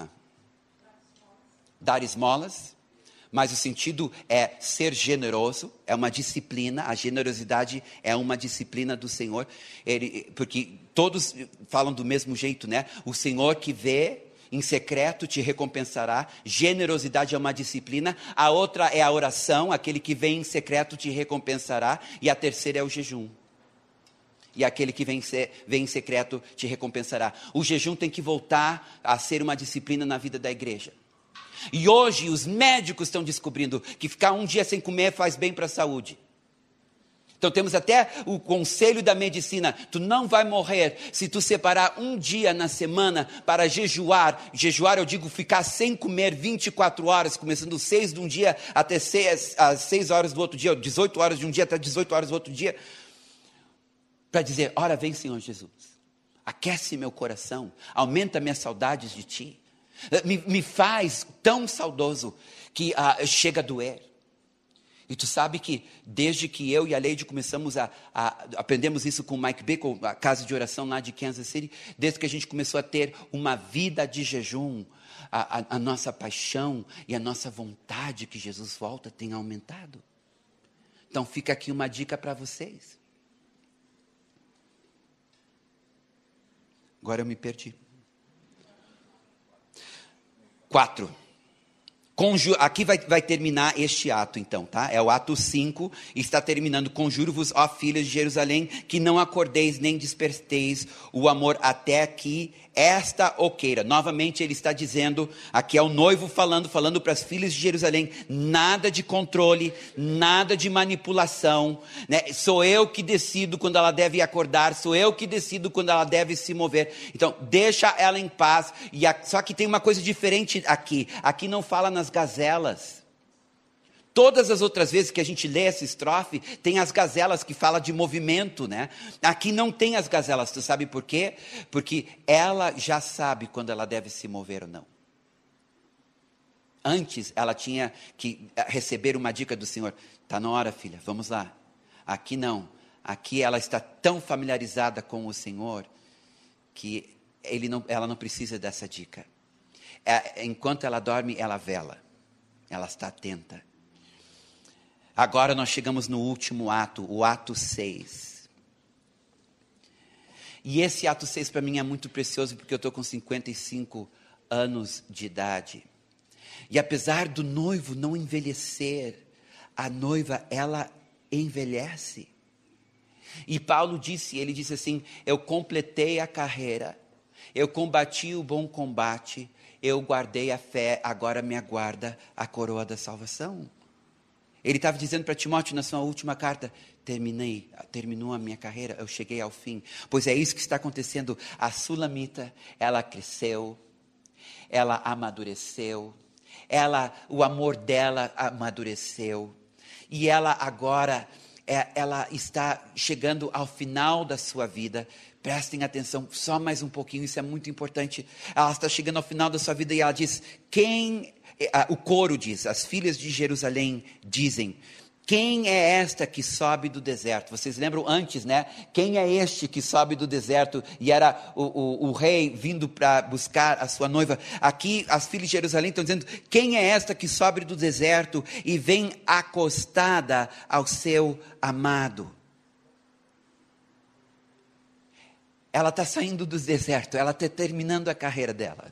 dar esmolas, mas o sentido é ser generoso, é uma disciplina, a generosidade é uma disciplina do Senhor, porque todos falam do mesmo jeito, né? O Senhor que vê em secreto te recompensará. Generosidade é uma disciplina. A outra é a oração, aquele que vem em secreto te recompensará. E a terceira é o jejum. e aquele que vem em secreto te recompensará. O jejum tem que voltar a ser uma disciplina na vida da igreja. E hoje os médicos estão descobrindo que ficar um dia sem comer faz bem para a saúde. Então temos até o conselho da medicina: tu não vai morrer se tu separar um dia na semana para jejuar. Jejuar, eu digo ficar sem comer 24 horas, começando 6 de um dia até 6 horas do outro dia, 18 horas de um dia até 18 horas do outro dia, para dizer: ora vem, Senhor Jesus, aquece meu coração, aumenta minhas saudades de ti, me faz tão saudoso que chega a doer. E tu sabe que desde que eu e a Leide começamos aprendemos isso com o Mike Bickle, a casa de oração lá de Kansas City, desde que a gente começou a ter uma vida de jejum, a nossa paixão e a nossa vontade que Jesus volta tem aumentado. Então fica aqui uma dica para vocês. Agora eu me perdi. 4. Aqui vai terminar este ato então, tá? É o ato 5, está terminando: conjuro-vos, ó filhas de Jerusalém, que não acordeis nem desperteis o amor até que esta oqueira. Novamente ele está dizendo, aqui é o noivo falando para as filhas de Jerusalém: nada de controle, nada de manipulação, né? Sou eu que decido quando ela deve acordar, sou eu que decido quando ela deve se mover. Então deixa ela em paz. Só que tem uma coisa diferente aqui não fala nas gazelas. Todas as outras vezes que a gente lê essa estrofe, tem as gazelas que fala de movimento, né? Aqui não tem as gazelas. Tu sabe por quê? Porque ela já sabe quando ela deve se mover ou não. Antes, ela tinha que receber uma dica do Senhor: está na hora, filha, vamos lá. Aqui não. Aqui ela está tão familiarizada com o Senhor que ela não precisa dessa dica. Enquanto ela dorme, ela vela. Ela está atenta. Agora nós chegamos no último ato, o ato 6. E esse ato 6 para mim é muito precioso, porque eu estou com 55 anos de idade. E apesar do noivo não envelhecer, a noiva, ela envelhece. E Paulo ele disse assim: eu completei a carreira, eu combati o bom combate, eu guardei a fé, agora me aguarda a coroa da salvação. Ele estava dizendo para Timóteo na sua última carta: terminou a minha carreira, eu cheguei ao fim. Pois é isso que está acontecendo. A Sulamita, ela cresceu, ela amadureceu, o amor dela amadureceu, e ela agora, ela está chegando ao final da sua vida. Prestem atenção, só mais um pouquinho, isso é muito importante. Ela está chegando ao final da sua vida e ela diz: o coro diz, as filhas de Jerusalém dizem: quem é esta que sobe do deserto? Vocês lembram antes, né? Quem é este que sobe do deserto? E era o rei vindo para buscar a sua noiva. Aqui as filhas de Jerusalém estão dizendo: quem é esta que sobe do deserto e vem acostada ao seu amado? Ela está saindo do deserto, ela está terminando a carreira dela.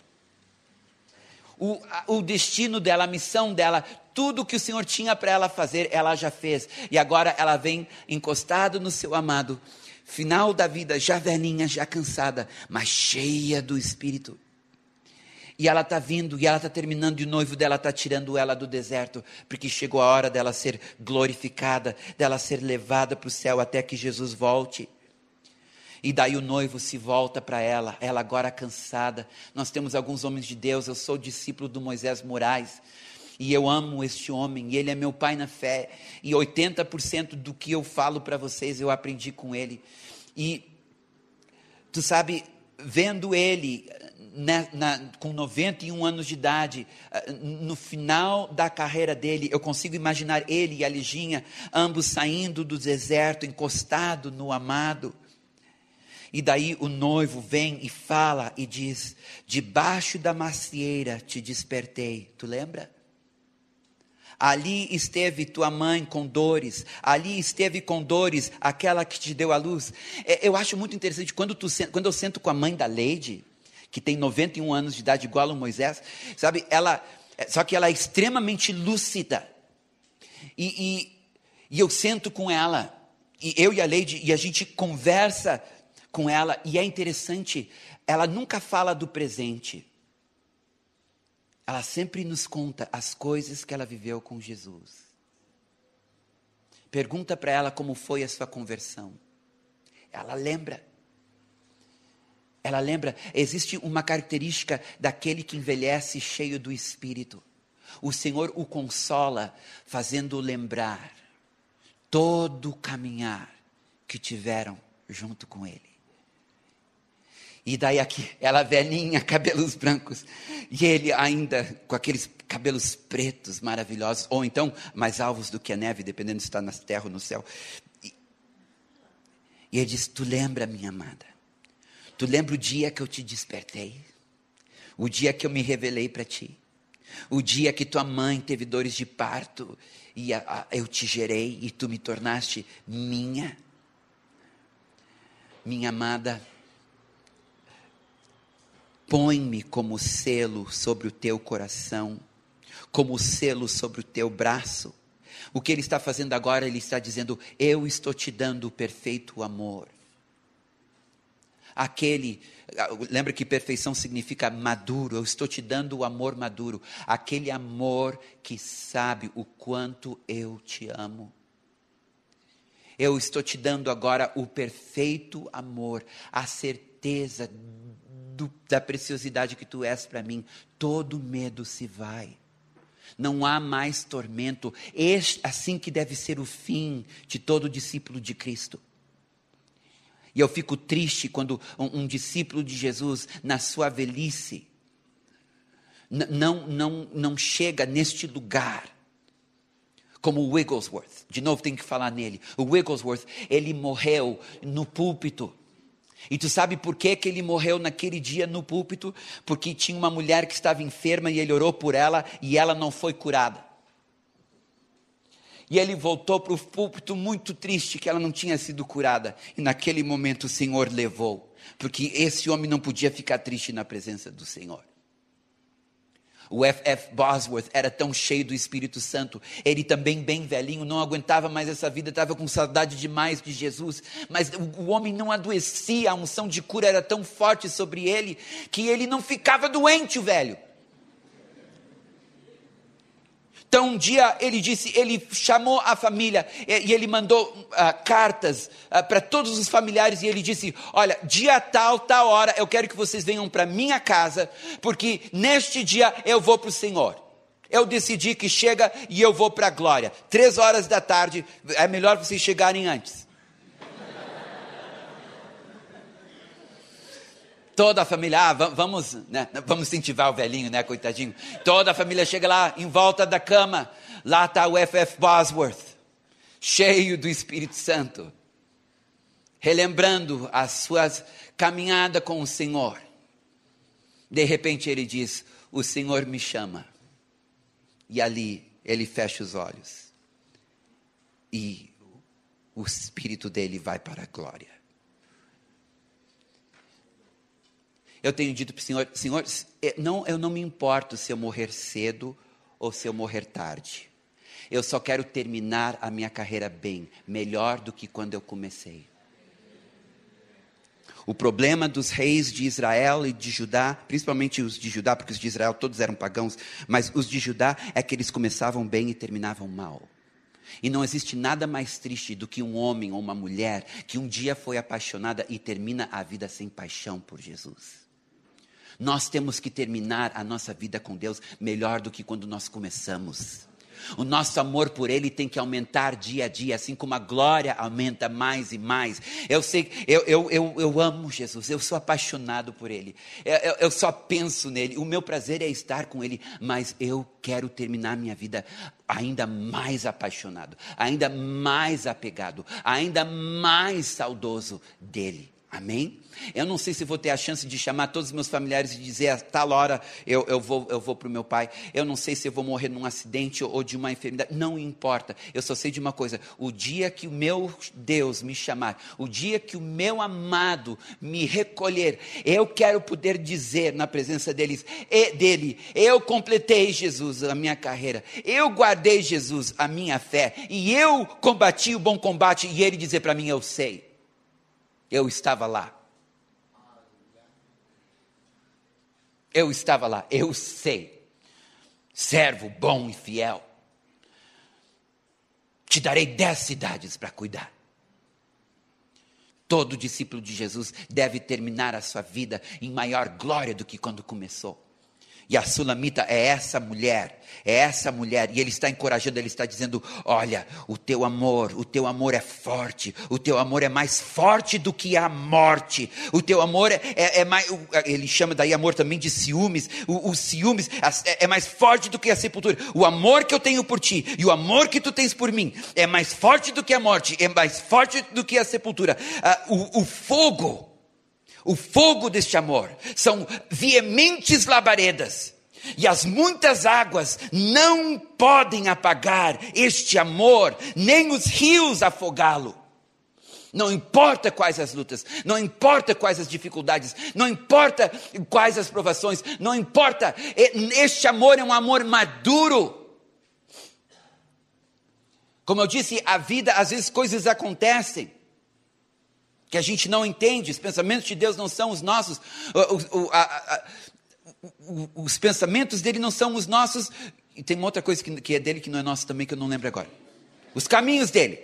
O destino dela, a missão dela, tudo que o Senhor tinha para ela fazer, ela já fez. E agora ela vem encostada no seu amado, final da vida, já velhinha, já cansada, mas cheia do Espírito. E ela está vindo, e ela está terminando, e o noivo dela está tirando ela do deserto, porque chegou a hora dela ser glorificada, dela ser levada para o céu até que Jesus volte. E daí o noivo se volta para ela agora cansada. Nós temos alguns homens de Deus, eu sou discípulo do Moisés Moraes, e eu amo este homem, e ele é meu pai na fé, e 80% do que eu falo para vocês, eu aprendi com ele. E, tu sabe, vendo ele, com 91 anos de idade, no final da carreira dele, eu consigo imaginar ele e a Liginha, ambos saindo do deserto, encostado no amado. E daí o noivo vem e fala e diz: debaixo da macieira te despertei. Tu lembra? Ali esteve tua mãe com dores, ali esteve com dores aquela que te deu a luz. Eu acho muito interessante, quando eu sento com a mãe da Leide, que tem 91 anos de idade, igual a Moisés, sabe, só que ela é extremamente lúcida, e eu sento com ela, E eu e a Leide, e a gente conversa com ela, e é interessante, ela nunca fala do presente. Ela sempre nos conta as coisas que ela viveu com Jesus. Pergunta para ela como foi a sua conversão. Ela lembra. Ela lembra, existe uma característica daquele que envelhece cheio do Espírito. O Senhor o consola, fazendo-o lembrar todo o caminhar que tiveram junto com Ele. E daí aqui, ela velhinha, cabelos brancos, e ele ainda com aqueles cabelos pretos maravilhosos, ou então mais alvos do que a neve, dependendo se está na terra ou no céu. E ele diz, tu lembra, minha amada? Tu lembra o dia que eu te despertei? O dia que eu me revelei para ti? O dia que tua mãe teve dores de parto e eu te gerei e tu me tornaste minha? Minha amada, põe-me como selo sobre o teu coração, como selo sobre o teu braço. O que ele está fazendo agora, ele está dizendo, eu estou te dando o perfeito amor. Lembra que perfeição significa maduro, eu estou te dando o amor maduro, aquele amor que sabe o quanto eu te amo. Eu estou te dando agora o perfeito amor, a certeza da preciosidade que tu és para mim. Todo medo se vai, não há mais tormento. Assim que deve ser o fim de todo discípulo de Cristo. E eu fico triste quando um discípulo de Jesus, na sua velhice, não chega neste lugar, como o Wigglesworth. De novo tenho que falar nele. O Wigglesworth, ele morreu no púlpito. E tu sabe por que ele morreu naquele dia no púlpito? Porque tinha uma mulher que estava enferma e ele orou por ela e ela não foi curada. E ele voltou para o púlpito muito triste que ela não tinha sido curada. E naquele momento o Senhor levou. Porque esse homem não podia ficar triste na presença do Senhor. O F.F. Bosworth era tão cheio do Espírito Santo. Ele também bem velhinho, não aguentava mais essa vida, estava com saudade demais de Jesus. Mas o homem não adoecia, a unção de cura era tão forte sobre ele, que ele não ficava doente, o velho. Então um dia ele chamou a família e ele mandou cartas para todos os familiares e ele disse, olha, dia tal hora eu quero que vocês venham para minha casa, porque neste dia eu vou para o Senhor. Eu decidi que chega e eu vou para a glória. 3 da tarde, é melhor vocês chegarem antes. Toda a família, vamos incentivar o velhinho, né, coitadinho. Toda a família chega lá, em volta da cama. Lá está o F.F. Bosworth, cheio do Espírito Santo, relembrando a sua caminhada com o Senhor. De repente ele diz, o Senhor me chama. E ali ele fecha os olhos. E o espírito dele vai para a glória. Eu tenho dito para o Senhor, eu não me importo se eu morrer cedo ou se eu morrer tarde. Eu só quero terminar a minha carreira bem, melhor do que quando eu comecei. O problema dos reis de Israel e de Judá, principalmente os de Judá, porque os de Israel todos eram pagãos, mas os de Judá é que eles começavam bem e terminavam mal. E não existe nada mais triste do que um homem ou uma mulher que um dia foi apaixonada e termina a vida sem paixão por Jesus. Nós temos que terminar a nossa vida com Deus melhor do que quando nós começamos. O nosso amor por Ele tem que aumentar dia a dia, assim como a glória aumenta mais e mais. Eu sei, eu amo Jesus, eu sou apaixonado por Ele. Eu só penso nele, o meu prazer é estar com Ele, mas eu quero terminar minha vida ainda mais apaixonado, ainda mais apegado, ainda mais saudoso dEle. Amém? Eu não sei se vou ter a chance de chamar todos os meus familiares e dizer, a tal hora eu vou para o meu pai. Eu não sei se eu vou morrer num acidente ou de uma enfermidade. Não importa. Eu só sei de uma coisa. O dia que o meu Deus me chamar, o dia que o meu amado me recolher, eu quero poder dizer na presença dele, eu completei, Jesus, a minha carreira. Eu guardei, Jesus, a minha fé. E eu combati o bom combate. E ele dizer para mim, eu sei. Eu estava lá. Eu estava lá, eu sei, servo bom e fiel, te darei 10 cidades para cuidar. Todo discípulo de Jesus deve terminar a sua vida em maior glória do que quando começou. E a Sulamita é essa mulher, e ele está encorajando, ele está dizendo, olha, o teu amor é forte, o teu amor é mais forte do que a morte, o teu amor é mais, ele chama daí amor também de ciúmes, o ciúmes é mais forte do que a sepultura, o amor que eu tenho por ti, e o amor que tu tens por mim, é mais forte do que a morte, é mais forte do que a sepultura, o fogo deste amor são veementes labaredas, e as muitas águas não podem apagar este amor, nem os rios afogá-lo. Não importa quais as lutas, não importa quais as dificuldades, não importa quais as provações, não importa, este amor é um amor maduro. Como eu disse, a vida, às vezes coisas acontecem que a gente não entende, os pensamentos de Deus não são os nossos, os pensamentos dele não são os nossos, e tem uma outra coisa que é dele que não é nosso também, que eu não lembro agora. Os caminhos dele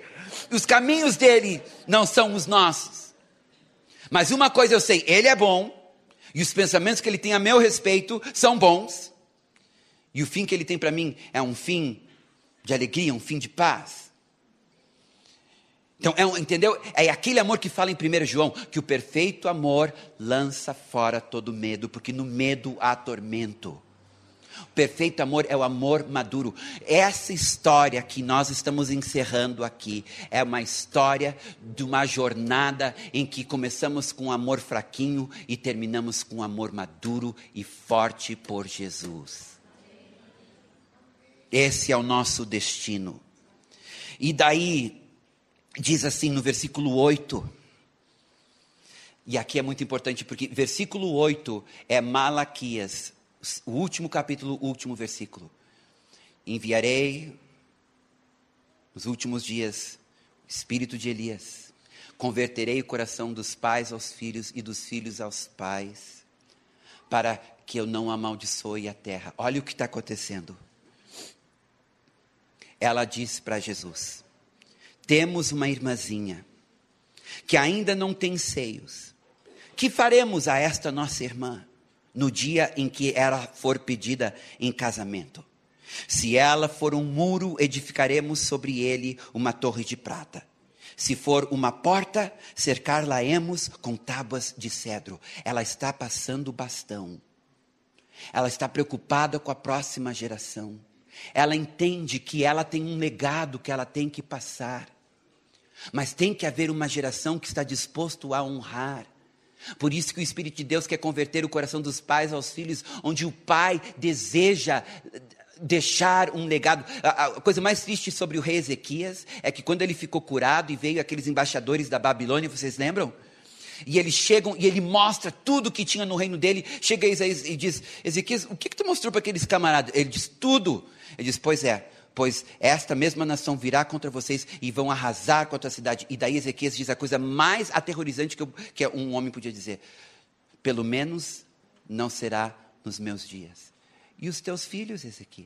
não são os nossos. Mas uma coisa eu sei, ele é bom, e os pensamentos que ele tem a meu respeito são bons, e o fim que ele tem para mim é um fim de alegria, um fim de paz. Então, entendeu? É aquele amor que fala em 1 João, que o perfeito amor lança fora todo medo, porque no medo há tormento. O perfeito amor é o amor maduro. Essa história que nós estamos encerrando aqui, é uma história de uma jornada em que começamos com um amor fraquinho e terminamos com um amor maduro e forte por Jesus. Esse é o nosso destino. E daí, diz assim no versículo 8, e aqui é muito importante porque versículo 8 é Malaquias, o último capítulo, o último versículo. Enviarei nos últimos dias o espírito de Elias, converterei o coração dos pais aos filhos e dos filhos aos pais, para que eu não amaldiçoe a terra. Olha o que está acontecendo. Ela disse para Jesus, temos uma irmãzinha que ainda não tem seios. Que faremos a esta nossa irmã no dia em que ela for pedida em casamento? Se ela for um muro, edificaremos sobre ele uma torre de prata. Se for uma porta, cercar-la-emos com tábuas de cedro. Ela está passando o bastão. Ela está preocupada com a próxima geração. Ela entende que ela tem um legado que ela tem que passar. Mas tem que haver uma geração que está disposto a honrar. Por isso que o Espírito de Deus quer converter o coração dos pais aos filhos, onde o pai deseja deixar um legado. A coisa mais triste sobre o rei Ezequias é que quando ele ficou curado e veio aqueles embaixadores da Babilônia, vocês lembram? E eles chegam e ele mostra tudo que tinha no reino dele. Chega a Isaías e diz, Ezequias, o que tu mostrou para aqueles camaradas? Ele diz, tudo. Ele diz, pois esta mesma nação virá contra vocês e vão arrasar contra a cidade. E daí Ezequias diz a coisa mais aterrorizante que um homem podia dizer. Pelo menos não será nos meus dias. E os teus filhos, Ezequias?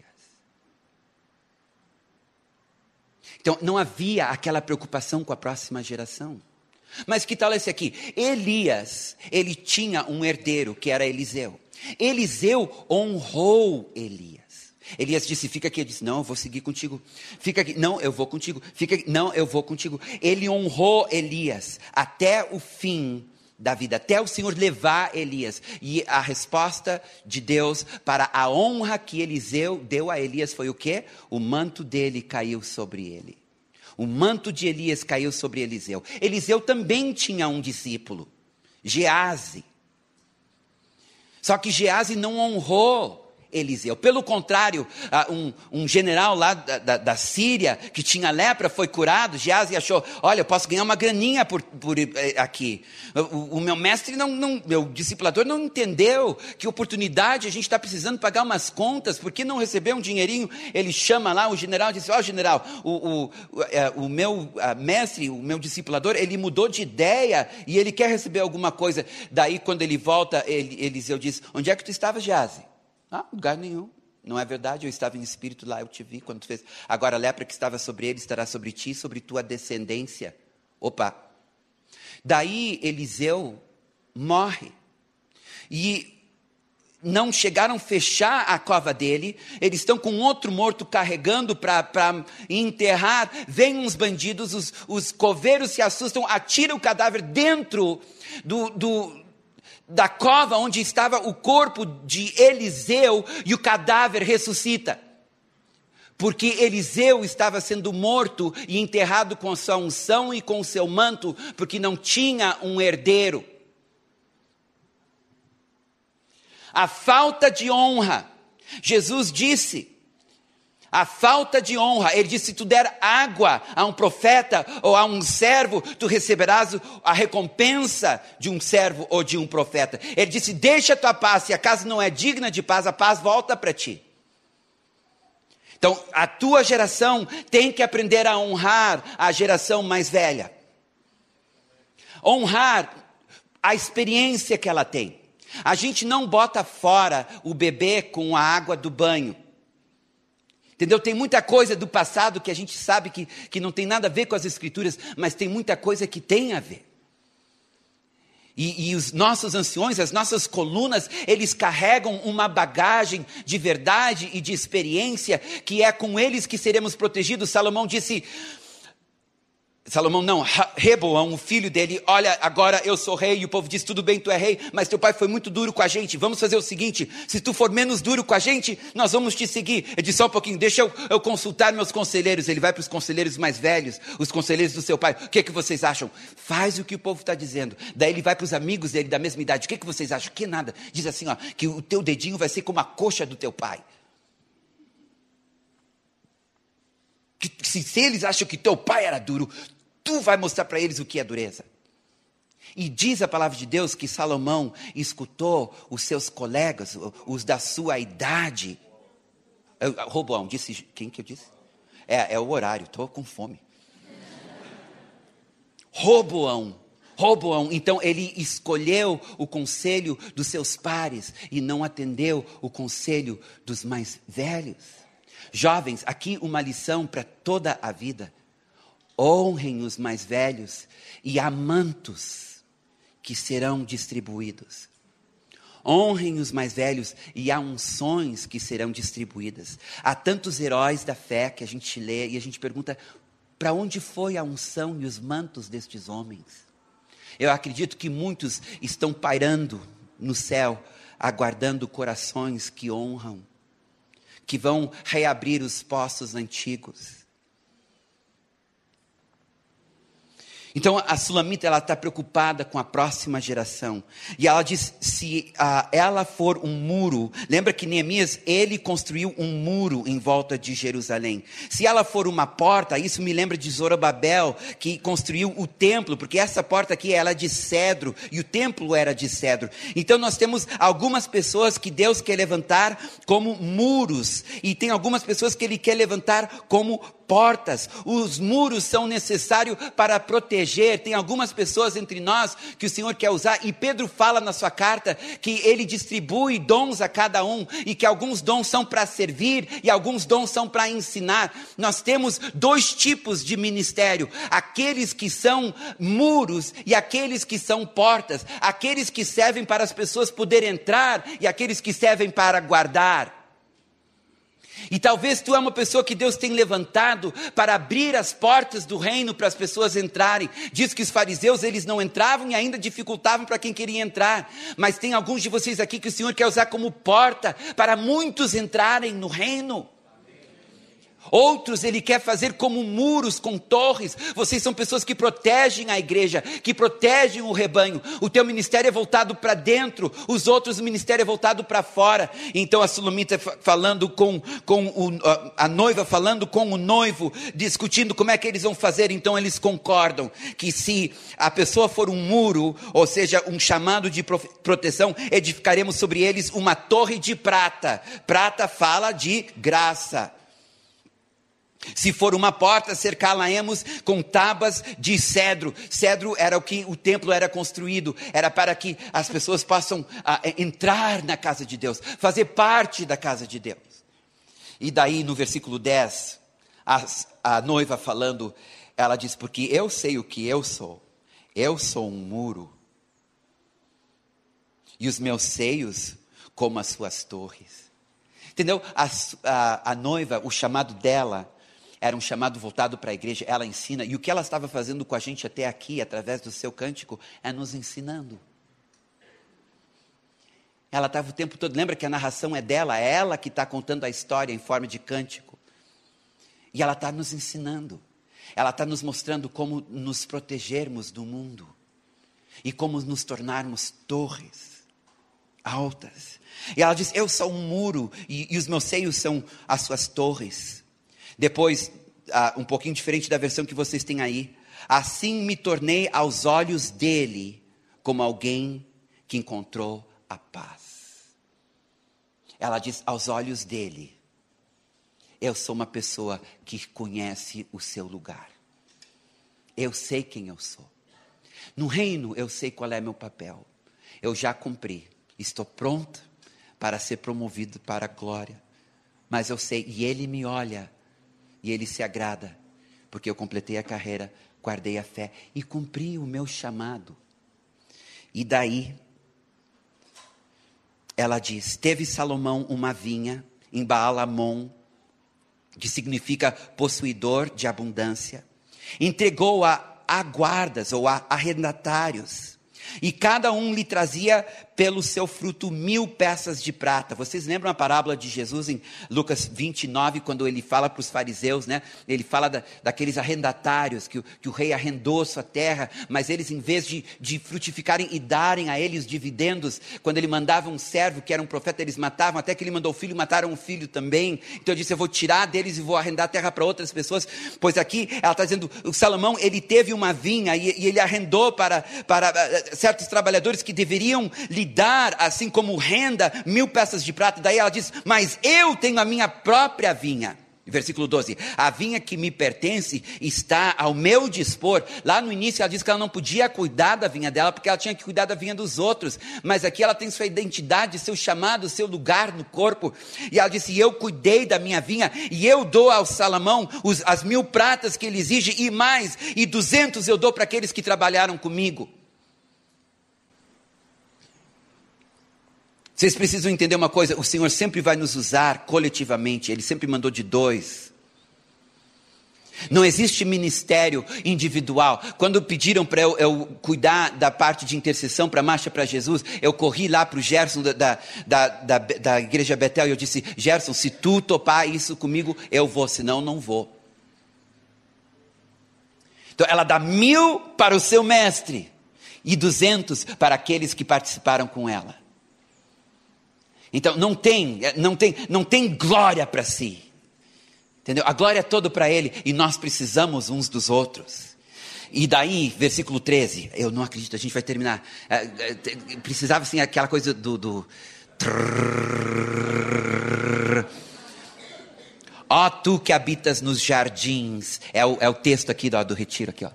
Então não havia aquela preocupação com a próxima geração. Mas que tal esse aqui? Elias, ele tinha um herdeiro que era Eliseu. Eliseu honrou Elias. Elias disse, fica aqui. Ele disse, não, eu vou seguir contigo. Fica aqui, não, eu vou contigo. Fica aqui, não, eu vou contigo. Ele honrou Elias até o fim da vida, até o Senhor levar Elias. E a resposta de Deus para a honra que Eliseu deu a Elias foi o quê? O manto dele caiu sobre ele. O manto de Elias caiu sobre Eliseu. Eliseu também tinha um discípulo. Geazi. Só que Geazi não honrou Eliseu. Pelo contrário, um general lá da Síria, que tinha lepra, foi curado. Geazi achou, olha, eu posso ganhar uma graninha por aqui. O meu mestre, meu discipulador não entendeu que oportunidade, a gente está precisando pagar umas contas, por que não receber um dinheirinho? Ele chama lá o general e diz, general, o meu mestre, o meu discipulador, ele mudou de ideia e ele quer receber alguma coisa. Daí, quando ele volta, Eliseu diz, onde é que tu estava, Geazi? Lugar nenhum. Não é verdade? Eu estava em espírito lá, eu te vi quando tu fez. Agora a lepra que estava sobre ele estará sobre ti, sobre tua descendência. Opa! Daí Eliseu morre. E não chegaram a fechar a cova dele. Eles estão com outro morto carregando para enterrar. Vêm uns bandidos, os coveiros se assustam, atiram o cadáver dentro da cova onde estava o corpo de Eliseu, e o cadáver ressuscita. Porque Eliseu estava sendo morto e enterrado com a sua unção e com o seu manto, porque não tinha um herdeiro. A falta de honra, Jesus disse, a falta de honra, ele disse, se tu der água a um profeta ou a um servo, tu receberás a recompensa de um servo ou de um profeta. Ele disse, deixa a tua paz, se a casa não é digna de paz, a paz volta para ti. Então, a tua geração tem que aprender a honrar a geração mais velha. Honrar a experiência que ela tem. A gente não bota fora o bebê com a água do banho. Entendeu? Tem muita coisa do passado que a gente sabe que não tem nada a ver com as Escrituras, mas tem muita coisa que tem a ver. E os nossos anciões, as nossas colunas, eles carregam uma bagagem de verdade e de experiência, que é com eles que seremos protegidos. Reboão, o filho dele, olha, agora eu sou rei, e o povo diz, tudo bem, tu é rei, mas teu pai foi muito duro com a gente, vamos fazer o seguinte, se tu for menos duro com a gente, nós vamos te seguir. Ele disse, só um pouquinho, deixa eu consultar meus conselheiros. Ele vai para os conselheiros mais velhos, os conselheiros do seu pai, o que vocês acham? Faz o que o povo está dizendo. Daí ele vai para os amigos dele da mesma idade, o que vocês acham? Que nada, diz assim, que o teu dedinho vai ser como a coxa do teu pai. Se eles acham que teu pai era duro, tu vai mostrar para eles o que é dureza. E diz a palavra de Deus que Salomão escutou os seus colegas, os da sua idade. Roboão, disse, quem que eu disse? É o horário, estou com fome. Roboão, então ele escolheu o conselho dos seus pares e não atendeu o conselho dos mais velhos. Jovens, aqui uma lição para toda a vida. Honrem os mais velhos e há mantos que serão distribuídos. Honrem os mais velhos e há unções que serão distribuídas. Há tantos heróis da fé que a gente lê e a gente pergunta, para onde foi a unção e os mantos destes homens? Eu acredito que muitos estão pairando no céu, aguardando corações que honram, que vão reabrir os poços antigos. Então a Sulamita, ela está preocupada com a próxima geração. E ela diz, se ela for um muro, lembra que Neemias, ele construiu um muro em volta de Jerusalém. Se ela for uma porta, isso me lembra de Zorobabel, que construiu o templo, porque essa porta aqui, ela é de cedro, e o templo era de cedro. Então nós temos algumas pessoas que Deus quer levantar como muros, e tem algumas pessoas que Ele quer levantar como portas. Os muros são necessários para proteger. Tem algumas pessoas entre nós que o Senhor quer usar, e Pedro fala na sua carta que Ele distribui dons a cada um, e que alguns dons são para servir e alguns dons são para ensinar. Nós temos dois tipos de ministério: aqueles que são muros e aqueles que são portas, aqueles que servem para as pessoas poderem entrar e aqueles que servem para guardar. E talvez tu é uma pessoa que Deus tem levantado para abrir as portas do reino para as pessoas entrarem. Diz que os fariseus, eles não entravam e ainda dificultavam para quem queria entrar. Mas tem alguns de vocês aqui que o Senhor quer usar como porta para muitos entrarem no reino. Outros ele quer fazer como muros com torres. Vocês são pessoas que protegem a igreja, que protegem o rebanho. O teu ministério é voltado para dentro, os outros, o ministério é voltado para fora. Então a Sulamita falando a noiva falando com o noivo, discutindo como é que eles vão fazer. Então eles concordam que se a pessoa for um muro, ou seja, um chamado de proteção, edificaremos sobre eles uma torre de prata. Prata fala de graça. Se for uma porta, cercá-la-emos com tábuas de cedro. Cedro era o que o templo era construído. Era para que as pessoas possam entrar na casa de Deus, fazer parte da casa de Deus. E daí no versículo 10, a noiva falando, ela diz, porque eu sei o que eu sou. Eu sou um muro. E os meus seios como as suas torres. Entendeu? A noiva, o chamado dela, era um chamado voltado para a igreja, ela ensina, e o que ela estava fazendo com a gente até aqui, através do seu cântico, é nos ensinando. Ela estava o tempo todo, lembra que a narração é dela, é ela que está contando a história em forma de cântico. E ela está nos ensinando, ela está nos mostrando como nos protegermos do mundo, e como nos tornarmos torres altas. E ela diz, eu sou um muro, e os meus seios são as suas torres. Depois, um pouquinho diferente da versão que vocês têm aí. Assim me tornei aos olhos dele como alguém que encontrou a paz. Ela diz, aos olhos dele, eu sou uma pessoa que conhece o seu lugar. Eu sei quem eu sou. No reino, eu sei qual é meu papel. Eu já cumpri. Estou pronta para ser promovido para a glória. Mas eu sei, e ele me olha. E ele se agrada, porque eu completei a carreira, guardei a fé e cumpri o meu chamado. E daí, ela diz, teve Salomão uma vinha em Baal-Hamon, que significa possuidor de abundância. Entregou-a a guardas ou a arrendatários. E cada um lhe trazia pelo seu fruto 1000 peças de prata. Vocês lembram a parábola de Jesus em Lucas 29, quando ele fala para os fariseus, né? Ele fala daqueles arrendatários, que o rei arrendou sua terra, mas eles, em vez de frutificarem e darem a ele os dividendos, quando ele mandava um servo que era um profeta, eles matavam, até que ele mandou o filho, mataram o filho também. Então ele disse, eu vou tirar deles e vou arrendar a terra para outras pessoas. Pois aqui ela está dizendo, o Salomão, ele teve uma vinha e ele arrendou para certos trabalhadores que deveriam lhe dar, assim como renda, 1000 peças de prata. Daí ela diz, mas eu tenho a minha própria vinha. Versículo 12, a vinha que me pertence está ao meu dispor. Lá no início ela diz que ela não podia cuidar da vinha dela, porque ela tinha que cuidar da vinha dos outros. Mas aqui ela tem sua identidade, seu chamado, seu lugar no corpo. E ela disse, eu cuidei da minha vinha, e eu dou ao Salomão as 1000 pratas que ele exige, e mais, e 200 eu dou para aqueles que trabalharam comigo. Vocês precisam entender uma coisa, o Senhor sempre vai nos usar coletivamente, Ele sempre mandou de 2. Não existe ministério individual. Quando pediram para eu cuidar da parte de intercessão para a Marcha para Jesus, eu corri lá para o Gerson da Igreja Betel e eu disse, Gerson, se tu topar isso comigo, eu vou, senão não vou. Então ela dá 1000 para o seu mestre e 200 para aqueles que participaram com ela. Então não tem glória para si, entendeu? A glória é toda para Ele, e nós precisamos uns dos outros. E daí, versículo 13, eu não acredito, a gente vai terminar, precisava assim aquela coisa do ó tu que habitas nos jardins, é o texto aqui do retiro, aqui, ó.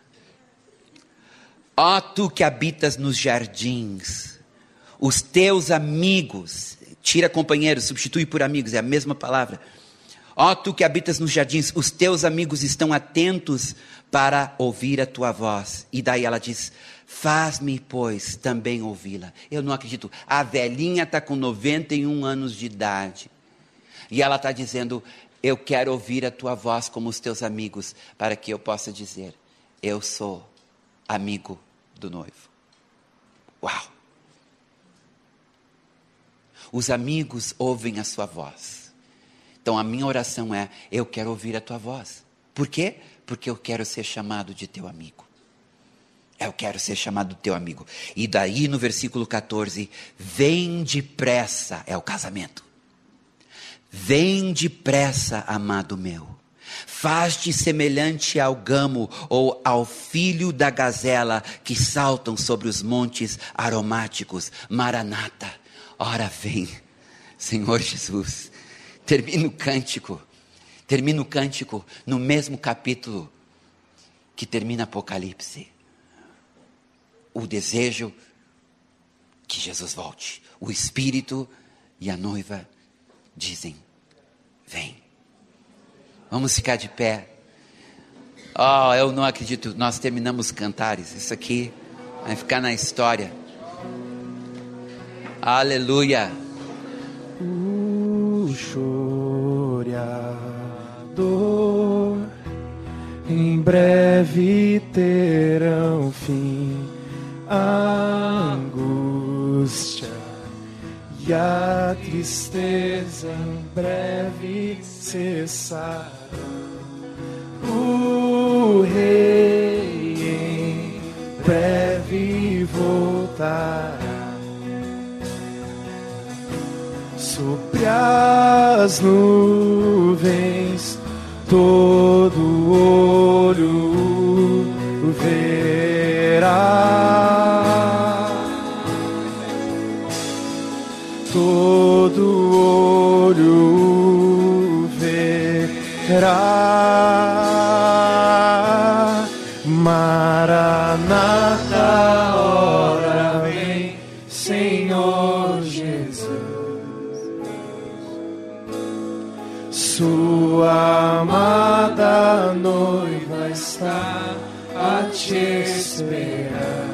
Ó tu que habitas nos jardins, os teus amigos, tira companheiros, substitui por amigos, é a mesma palavra. Ó tu que habitas nos jardins, os teus amigos estão atentos para ouvir a tua voz. E daí ela diz, faz-me, pois, também ouvi-la. Eu não acredito, a velhinha está com 91 anos de idade. E ela está dizendo, eu quero ouvir a tua voz como os teus amigos, para que eu possa dizer, eu sou amigo do noivo. Uau! Os amigos ouvem a sua voz. Então a minha oração é: eu quero ouvir a tua voz. Por quê? Porque eu quero ser chamado de teu amigo. Eu quero ser chamado de teu amigo. E daí no versículo 14, vem depressa, é o casamento. Vem depressa, amado meu. Faz-te semelhante ao gamo ou ao filho da gazela que saltam sobre os montes aromáticos. Maranata, ora vem, Senhor Jesus. Termina o cântico no mesmo capítulo que termina Apocalipse. O desejo que Jesus volte. O Espírito e a noiva dizem: vem. Vamos ficar de pé. Oh, eu não acredito, nós terminamos cantares. Isso aqui vai ficar na história. Aleluia. O choro e a dor em breve terão fim. A angústia e a tristeza em breve cessarão. O Rei em breve voltará. Sobre as nuvens todo olho o verá. Todo olho verá. Maranata, ora vem, Senhor Jesus. Sua amada noiva está a te esperar.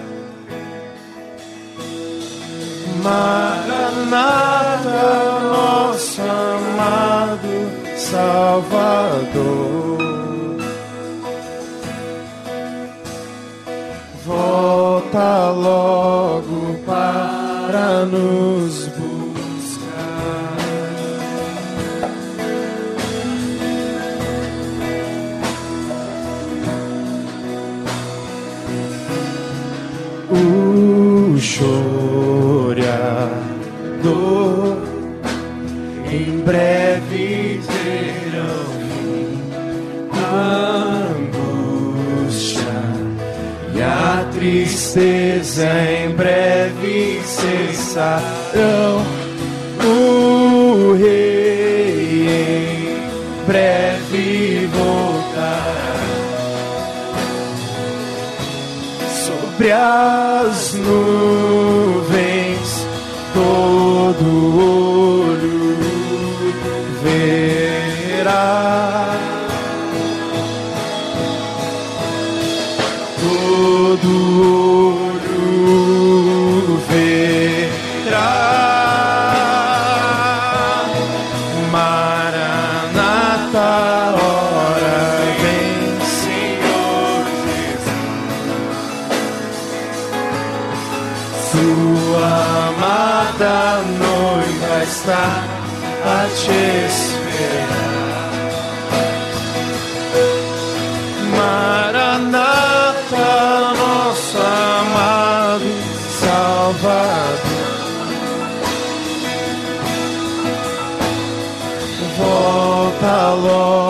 Maranata, nosso amado Salvador. Volta logo para nos buscar. O choro e a dor em breve terão fim. A angústia e a tristeza em breve cessarão. O Rei em breve voltará. Sobre as nuvens todo olho verá. Todo olho verá. Maranata, ora vem, Senhor Jesus. Sua amada noiva está a te esperar. Maranata, nosso amado Salvador. Volta logo